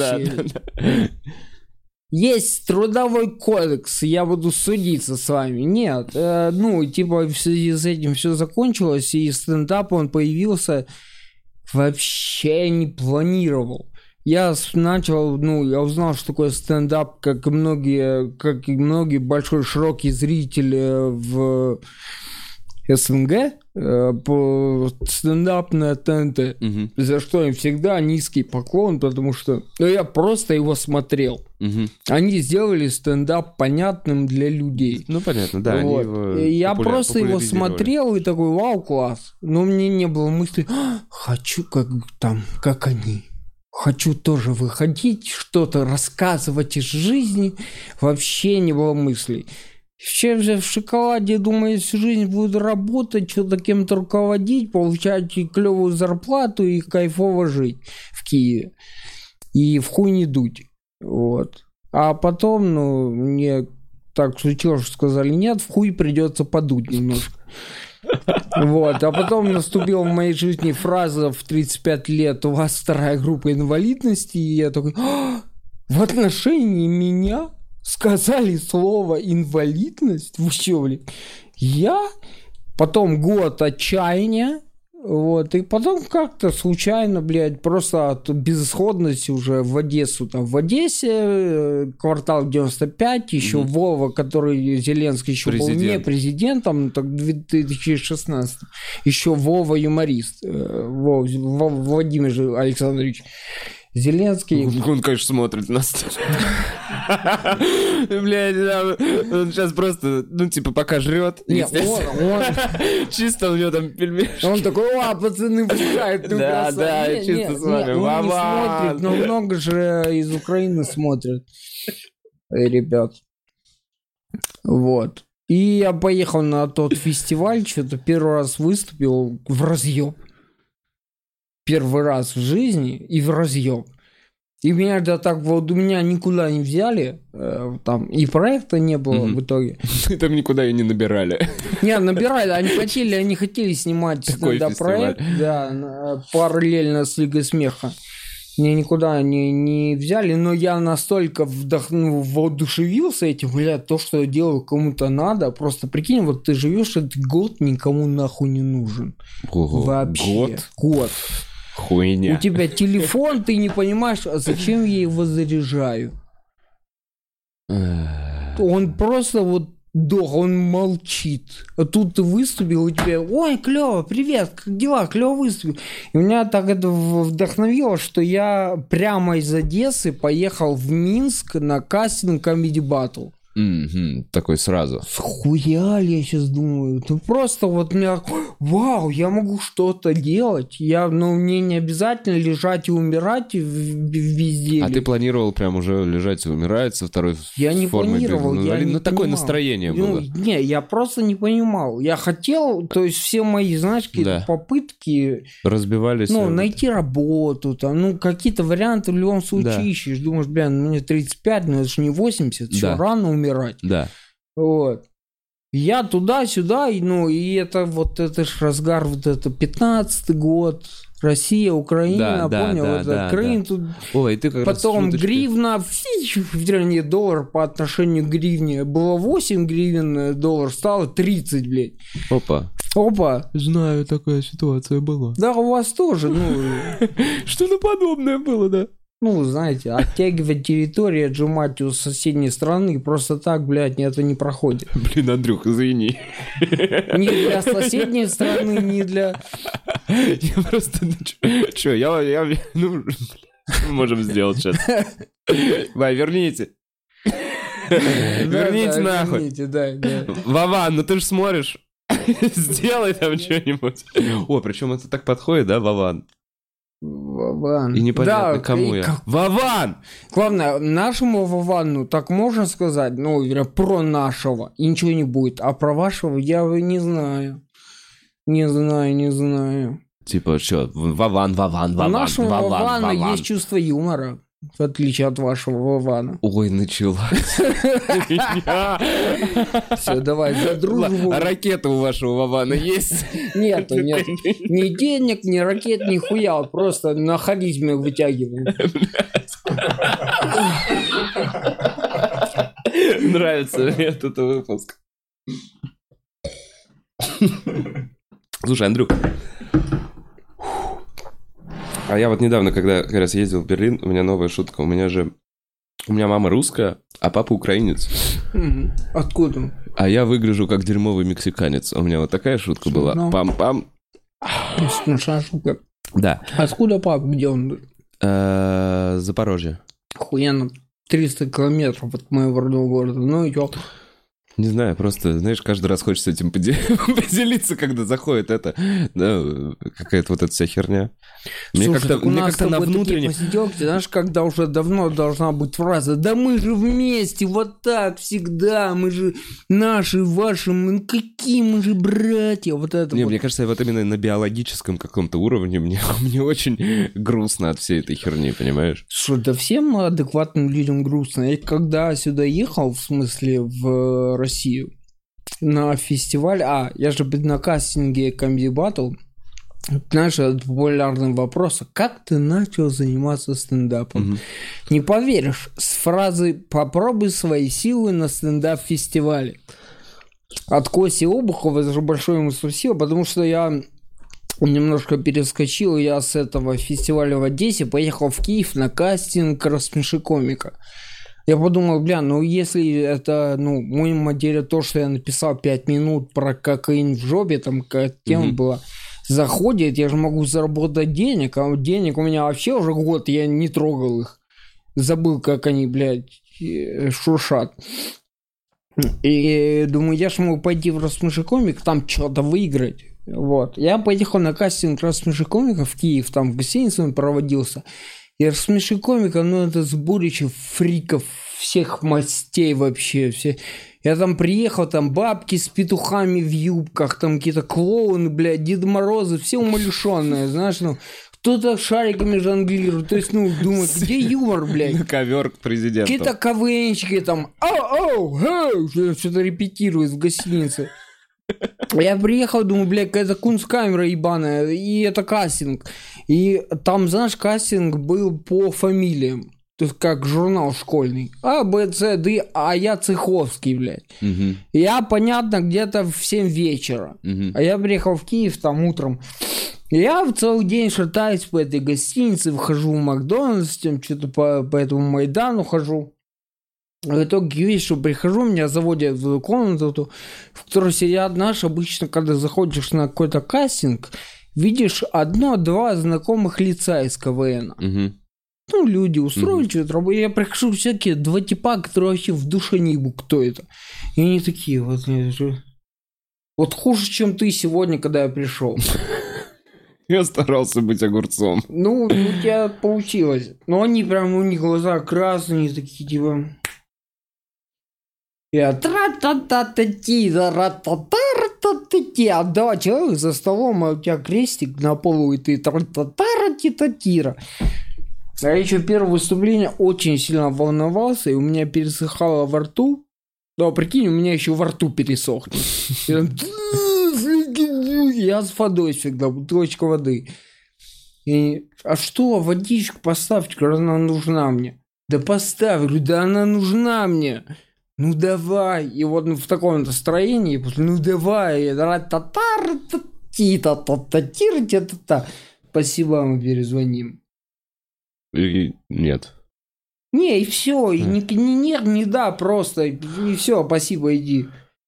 Есть трудовой кодекс, я буду судиться с вами. Нет, в связи с этим все закончилось, и стендап он появился, вообще не планировал. Я начал, я узнал, что такое стендап, как и многие большой широкий зритель в СНГ, по стендап на ТНТ, за что им всегда низкий поклон, потому что я просто его смотрел. Они сделали стендап понятным для людей. Понятно, да. Вот. Я просто его смотрел и такой, вау, класс. Но мне не было мысли, хочу как они. Хочу тоже выходить, что-то рассказывать из жизни. Вообще не было мыслей. Вообще в шоколаде, думаю, всю жизнь буду работать, что-то кем-то руководить, получать клевую зарплату и кайфово жить в Киеве. И в хуй не дуть. Вот. А потом, мне так случилось, что сказали, нет, в хуй придется подуть немножко. Вот, а потом наступила в моей жизни фраза в 35 лет, у вас вторая группа инвалидности, и я такой, в отношении меня сказали слово инвалидность? Вы что, блин? Я? Потом год отчаяния, вот, и потом как-то случайно, блядь, просто от безысходности уже в Одессу, в Одессе, квартал 95, еще Вова, который Зеленский еще был не президентом, так в 2016, еще Вова юморист, Владимир Александрович Зеленский. Он, конечно, смотрит нас. Блядь, он сейчас просто, пока жрет. Нет, он... Чисто у него там пельмешки. Он такой, пацаны, пускают. Да, чисто с вами. Он не смотрит, но много же из Украины смотрят. Ребят. Вот. И я поехал на тот фестиваль, что-то первый раз выступил в разъеб. Первый раз в жизни и в разъеб. И меня у меня никуда не взяли, там и проекта не было в итоге. Там никуда и не набирали. Не, набирали, они хотели снимать стендап-проект, да, параллельно с Лигой смеха. Меня никуда не взяли, но я настолько воодушевился этим, блядь, то, что я делаю, кому-то надо. Просто прикинь, вот ты живешь этот год, никому нахуй не нужен. Вообще. Год. Хуйня. У тебя телефон, ты не понимаешь, а зачем я его заряжаю? Он просто он молчит. А тут ты выступил, и тебе, ой, клево, привет, как дела, клево выступил. И меня так это вдохновило, что я прямо из Одессы поехал в Минск на кастинг Comedy Battle. Такой сразу. Схуяли, я сейчас думаю. Ну просто вот меня, вау, я могу что-то делать. Мне не обязательно лежать и умирать везде. А ты планировал прям уже лежать и умирать со второй я не формой? Планировал, я не такое понимал. Настроение было. Не, я просто не понимал. Я хотел, то есть все мои, знаешь, какие-то попытки... Разбивались. найти работу, там, какие-то варианты в любом случае ищешь. Думаешь, мне 35, но это же не 80, все рано умирать. Да. Вот. Я туда-сюда, и это ж разгар, 15-й год, Россия, Украина, понял? Крым тут. Ой, ты как потом гривна, вернее, доллар по отношению к гривне. Было 8 гривен, доллар стало 30, блядь. Опа. Знаю, такая ситуация была. Да, у вас тоже, Что-то подобное было, да. Знаете, оттягивать территорию, отжимать у соседней страны просто так, блядь, это не проходит. Блин, Андрюх, извини. Ни для соседней страны, ни для... Я просто... Что, можем сделать сейчас. Вай, верните. Верните нахуй. Верните, да. Вован, ты же смотришь. Сделай там что-нибудь. О, причем это так подходит, да, Вован? Вован. И непонятно, кому я. Вован! Главное, нашему Вовану, так можно сказать, про нашего, и ничего не будет. А про вашего я не знаю. Не знаю. Типа, что, Вован. У нашего Вована есть чувство юмора. В отличие от вашего Вована. Ой, началась. Все, давай, за дружбу. А ракета у вашего Вована есть? Нет. Ни денег, ни ракет, ни хуя. Просто на харизме вытягиваем. Нравится мне этот выпуск. Слушай, Андрюх. А я вот недавно, когда как раз ездил в Берлин, у меня новая шутка. У меня мама русская, а папа украинец. Откуда? А я выгляжу как дерьмовый мексиканец. У меня вот такая шутка была. Пам-пам. Смешная шутка. Да. Откуда папа? Где он? Запорожье. Охуенно. 300 километров от моего родного города. И чё? Не знаю, просто, знаешь, каждый раз хочется этим поделиться, когда заходит какая-то вот эта вся херня. Мне как-то на внутреннем... посиделки, знаешь, когда уже давно должна быть фраза: да мы же вместе, вот так всегда, мы же наши, ваши, какие мы же братья, вот это Мне кажется, вот именно на биологическом каком-то уровне мне очень грустно от всей этой херни, понимаешь? Что, да всем адекватным людям грустно. Я когда сюда ехал, в смысле, в Россию, на фестиваль, я же был на кастинге Comedy Battle. Знаешь, популярный вопрос: как ты начал заниматься стендапом? Не поверишь, с фразы «попробуй свои силы на стендап-фестивале». От Коси Обухова, это же большое ему спасибо, потому что я немножко перескочил, я с этого фестиваля в Одессе поехал в Киев на кастинг «Рассмеши комика». Я подумал, если это, мой материал, то, что я написал 5 минут про кокаин в жопе, там какая тема была, заходит, я же могу заработать денег, а денег у меня вообще уже год, я не трогал их. Забыл, как они, блядь, шуршат. И думаю, я же могу пойти в «Рассмеши комик», там что-то выиграть. Вот. Я поехал на кастинг «Рассмеши комика» в Киев, там в гостинице он проводился. И «Рассмеши комика», это сборище фриков всех мастей вообще. Все. Я там приехал, там бабки с петухами в юбках, там какие-то клоуны, блядь, Дед Морозы, все умалишенные, знаешь, кто-то шариками жонглирует. То есть, думаю, где юмор, блядь? На ковер к президенту. Какие-то КВНщики там, что-то репетируют в гостинице. Я приехал, думаю, блядь, какая-то кунсткамера ебаная, и это кастинг. И там, знаешь, кастинг был по фамилиям. То есть как журнал школьный. А, Б, С, Д, а я Цеховский, блядь. Я, понятно, где-то в 7 вечера. А я приехал в Киев там утром. Я в целый день шатаюсь по этой гостинице, вхожу в Макдональдс, что-то по этому Майдану хожу. В итоге, видишь, что прихожу, меня заводят в комнату, в которой сидят наши. Обычно, когда заходишь на какой-то кастинг, видишь 1-2 знакомых лица из КВН. Угу. Ну, люди устроили что-то. Я прихожу, всякие 2 типа, которые вообще в душе не ебут, кто это. И они такие, вот хуже, чем ты сегодня, когда я пришел. Я старался быть огурцом. Ну, у тебя получилось. Но они прям, у них глаза красные, такие, типа... Я тра-та-та-та-ти, ра-та-та-ра-та-та-ти. А 2 человека за столом, а у тебя крестик на полу, и ты тра-та-та-ра-ти-та-тира. А я еще первое выступление очень сильно волновался, и у меня пересыхало во рту. Да, прикинь, у меня еще во рту пересохнет. Я с водой всегда, бутылочка воды. А что, водичку поставьте, когда она нужна мне. Да поставь, говорю, да она нужна мне. Ну давай. И вот в таком настроении, ну давай. Спасибо, мы перезвоним. И нет. Не, и все, и нет, не да, просто, и все, спасибо, иди.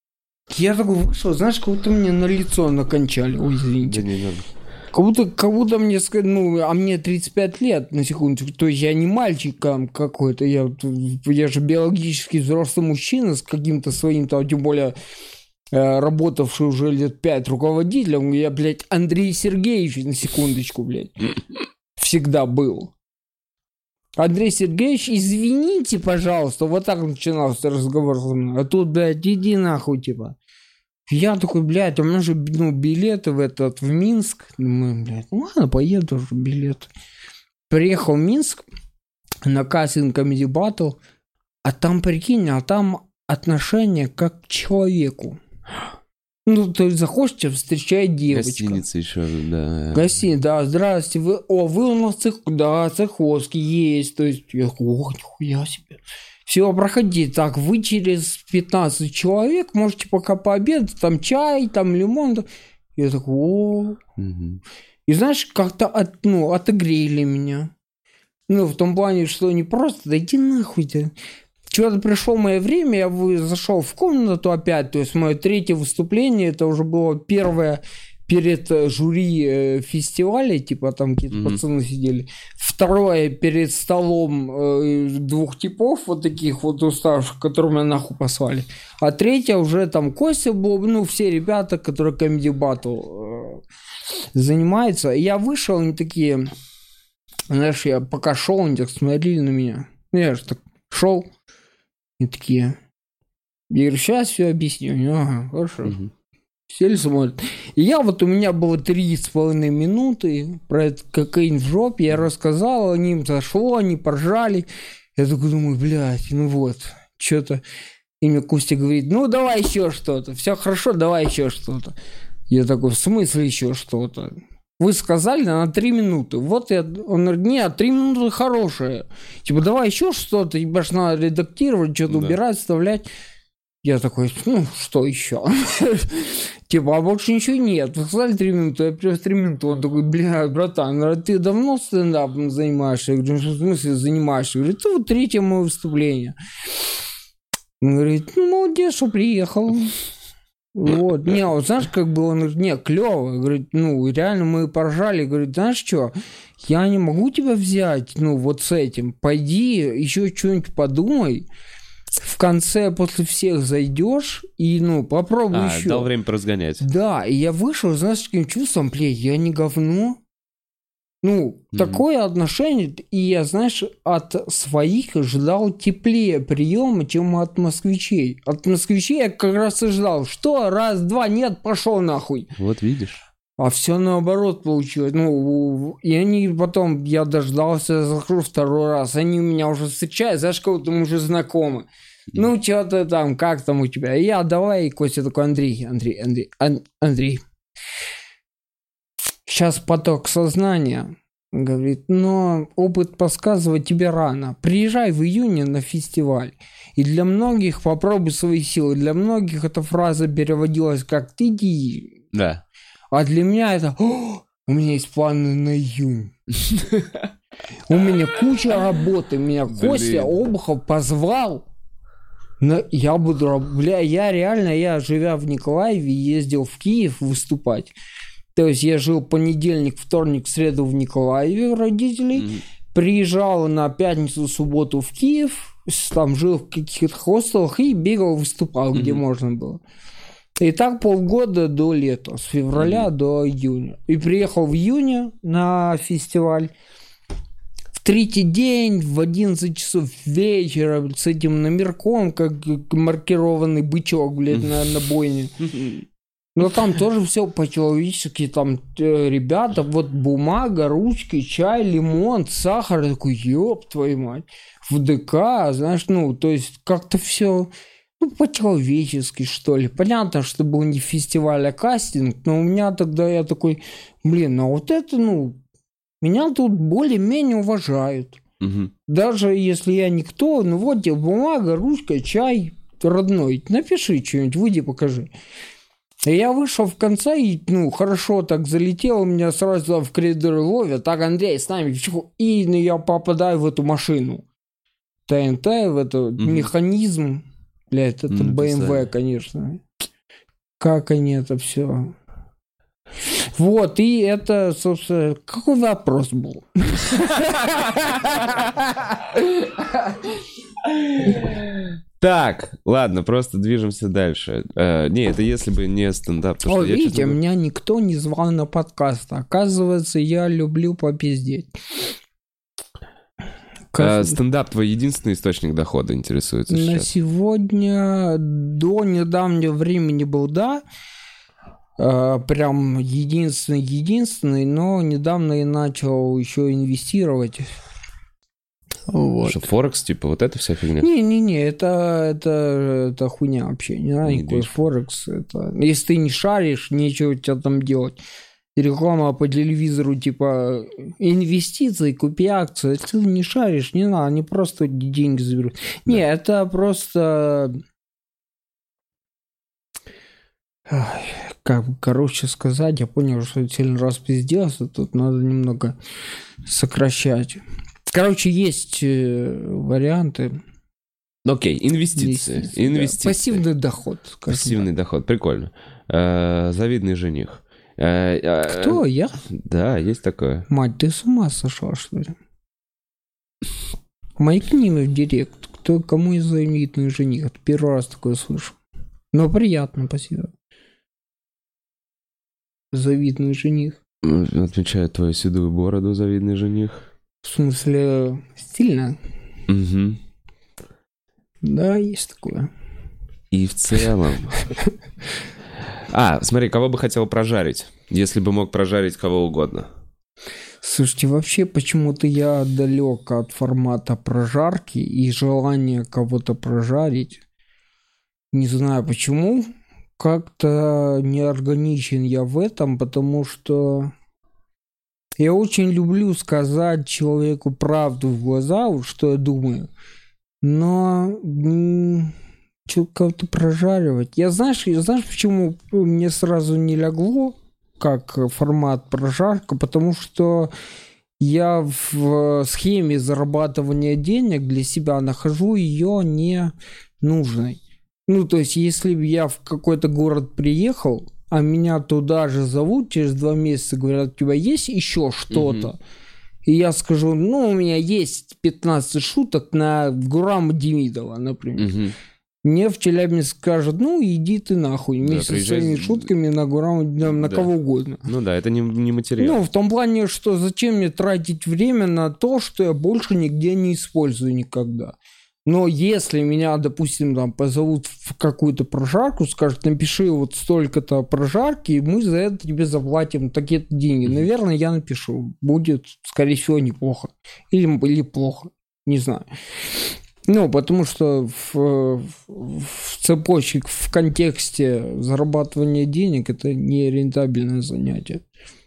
Я такой вышел, знаешь, как будто мне на лицо накончали. Ой, извините. Да не надо. Как будто мне сказали, ну, а мне 35 лет, на секундочку, то есть я не мальчик какой-то, я же биологически взрослый мужчина с каким-то своим, там, тем более, работавший уже лет 5 руководителем, я, блядь, Андрей Сергеевич, на секундочку, блядь, всегда был. Андрей Сергеевич, извините, пожалуйста, вот так начинался разговор со мной, а тут, блядь, иди нахуй, типа. Я такой, блядь, у меня же, ну, билеты в Минск. Думаю, блядь, ну ладно, поеду уже, билет. Приехал в Минск на кастинг Comedy Battle, а там, прикинь, там отношение как к человеку. Ну, ты заходишь, тебя встречает девочка. Гостиница еще, да. Гостиница, да, здрасте, вы у нас цеховский есть, то есть, я такой, ох, нихуя себе. Все, проходите. Так, вы через 15 человек можете пока пообедать, там чай, там лимон. Я такой, о. И знаешь, как-то отогрели меня. Ну, в том плане, что не просто, да иди нахуй ты. Что-то пришло мое время, я зашел в комнату опять, то есть мое 3-е выступление, это уже было первое перед жюри фестиваля, типа там какие-то пацаны сидели. 2-е перед столом 2 типов вот таких вот уставших, которые меня нахуй послали. А 3-я уже там Костя был, ну все ребята, которые Comedy Battle занимаются. И я вышел, они такие, знаешь, я пока шел, они так смотрели на меня. Я же так шел, и такие, я говорю, сейчас все объясню. Ага, хорошо. Сели, смотрят. И у меня было 3,5 минуты про это кокаин в жопе, я рассказал, они им зашло, они поржали. Я такой думаю, блядь, ну вот, что-то. И мне Костя говорит, ну давай еще что-то, все хорошо, давай еще что-то. Я такой, в смысле еще что-то? Вы сказали на 3 минуты. Вот он говорит, нет, 3 минуты хорошие. Типа, давай еще что-то, тебе ж надо редактировать, что-то убирать, вставлять. Я такой, ну, что еще? Типа, а больше ничего нет. Вы сказали 3 минуты, я привез 3 минуты. Он такой, бля, братан, ты давно стендапом занимаешься? Я говорю, в смысле занимаешься? Говорит, это вот 3-е мое выступление. Он говорит, ну, молодец, что приехал. Вот. Не, вот знаешь, как было, он говорит, не, клево. Говорит, ну, реально мы поржали. Говорит, знаешь что, я не могу тебя взять, ну, вот с этим. Пойди, еще что-нибудь подумай. В конце после всех зайдешь и, ну, попробуй еще. Дал время поразгонять. Да, и я вышел, знаешь, с таким чувством, блядь, я не говно. Ну, такое отношение, и я, знаешь, от своих ждал теплее приема, чем от москвичей. От москвичей я как раз и ждал, что, раз, два, нет, пошел нахуй. Вот видишь. А все наоборот получилось. Ну, и они потом, я дождался, захожу 2-й раз, они меня уже встречают, знаешь, как будто мы уже знакомы. Ну, что-то там, как там у тебя? И я, давай, и Костя такой, Андрей. Сейчас поток сознания. Говорит, но опыт подсказывает тебе рано. Приезжай в июне на фестиваль. И для многих попробуй свои силы. Для многих эта фраза переводилась как «ты иди». Да. А для меня это «у меня есть планы на июнь». У меня куча работы. Меня Костя Обухов позвал Я буду... я реально, живя в Николаеве, ездил в Киев выступать. То есть я жил понедельник, вторник, среду в Николаеве у родителей, приезжал на пятницу, субботу в Киев, там жил в каких-то хостелах и бегал, выступал, где можно было. И так полгода до лета, с февраля до июня. И приехал в июне на фестиваль. В третий день, в 11 часов вечера, с этим номерком, как маркированный бычок, блядь, на бойне. Но там тоже все по-человечески, там ребята, вот бумага, ручки, чай, лимон, сахар, я такой, ёб твою мать, в ДК, знаешь, то есть как-то все, по-человечески, что ли. Понятно, что был не фестиваль, а кастинг, но у меня тогда я такой, вот это, меня тут более-менее уважают. Даже если я никто, вот тебе бумага, ручка, чай, родной, напиши что-нибудь, выйди, покажи. Я вышел в конце и, хорошо так залетел, у меня сразу в коридоре ловят, так, Андрей, с нами, и я попадаю в эту машину. ТНТ, в этот механизм, блядь, это BMW, конечно. Как они это все... Вот, и это, собственно, какой вопрос был? Так, ладно, просто движемся дальше. Не, это если бы не стендап. Видите, меня никто не звал на подкаст. Оказывается, я люблю попиздеть. Стендап твой единственный источник дохода интересуется сейчас? На сегодня, до недавнего времени был, да. Прям единственный, но недавно я начал еще инвестировать. Вот. Что, Форекс, типа, вот эта вся фигня? Не, это хуйня вообще. Не знаю, никакой Форекс. Если ты не шаришь, нечего у тебя там делать. Реклама по телевизору, типа, инвестиции, купи акцию. Если ты не шаришь, не надо, они просто деньги заберут. Да. Не, это просто... Как бы, короче сказать, я понял, что я сильно распизделся, тут надо немного сокращать. Короче, есть варианты. Окей, инвестиции. Пассивный доход. Пассивный доход, прикольно. Завидный жених. Кто, я? Да, есть такое. Мать, ты с ума сошла, что ли? Маякни мне в директ. Кому из завидный жених? Первый раз такое слышу. Но приятно, спасибо. Завидный жених. Отмечаю твою седую бороду, завидный жених. В смысле, стильно? Угу. Да, есть такое. И в целом... Смотри, кого бы хотел прожарить, если бы мог прожарить кого угодно? Слушайте, вообще почему-то я далек от формата прожарки и желания кого-то прожарить. Не знаю почему. Как-то неорганичен я в этом, потому что я очень люблю сказать человеку правду в глаза, вот что я думаю. Но что кого-то прожаривать. Знаешь, почему мне сразу не легло как формат прожарка? Потому что я в схеме зарабатывания денег для себя нахожу ее не нужной. То есть, если бы я в какой-то город приехал, а меня туда же зовут, через 2 месяца говорят, у тебя есть еще что-то? И я скажу, у меня есть 15 шуток на Гурама Демидова, например. Мне в Челябинск скажут, иди ты нахуй, вместе со своими шутками на Гурама, на кого угодно. Это не материал. В том плане, что зачем мне тратить время на то, что я больше нигде не использую никогда. Но если меня, допустим, там позовут в какую-то прожарку, скажут, напиши вот столько-то прожарки, и мы за это тебе заплатим такие-то деньги. Наверное, я напишу. Будет, скорее всего, неплохо. Или плохо. Не знаю. Потому что в цепочке, в контексте зарабатывания денег это не рентабельное занятие.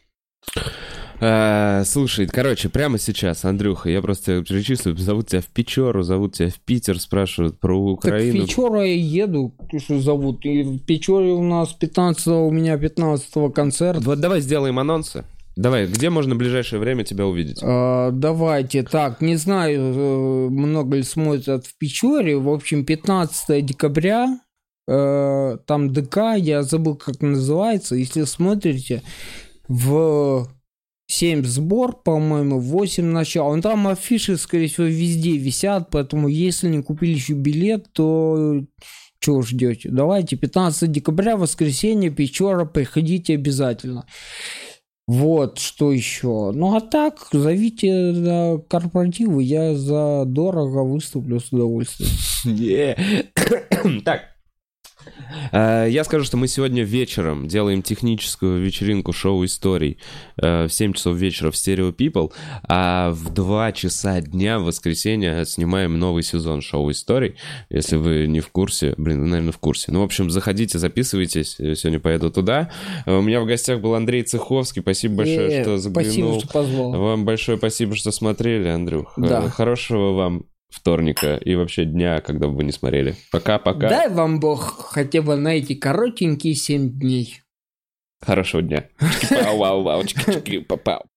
Слушай, прямо сейчас, Андрюха, я просто перечислю, зовут тебя в Печору, зовут тебя в Питер, спрашивают про Украину. Так в Печору я еду, что зовут. И в Печоре у нас 15-го концерт. Вот давай сделаем анонсы. Давай, где можно в ближайшее время тебя увидеть? Давайте, так, не знаю, много ли смотрят в Печоре. В общем, 15 декабря, там ДК, я забыл, как называется. Если смотрите, в 7 сбор, по-моему, в 8 начало. Ну, там афиши, скорее всего, везде висят, поэтому если не купили еще билет, то чего ждете? Давайте, 15 декабря, воскресенье, Печора, приходите обязательно. Вот, что еще? Ну, а так, зовите на корпоративы, я за дорого выступлю с удовольствием. Так. Я скажу, что мы сегодня вечером делаем техническую вечеринку шоу историй в 7 часов вечера в Stereo People, а в 2 часа дня в воскресенье снимаем новый сезон шоу историй. Если вы не в курсе, вы, наверное, в курсе. Ну, в общем, заходите, записывайтесь, сегодня поеду туда. У меня в гостях был Андрей Цеховский, спасибо большое, что заглянул. Спасибо, что позвал. Вам большое спасибо, что смотрели, Андрюх. Да. Хорошего вам вторника и вообще дня, когда бы вы не смотрели. Пока-пока. Дай вам Бог хотя бы на эти коротенькие 7 дней. Хорошего дня. Чики-пау-вау-вау, чики-чики-пау-пау.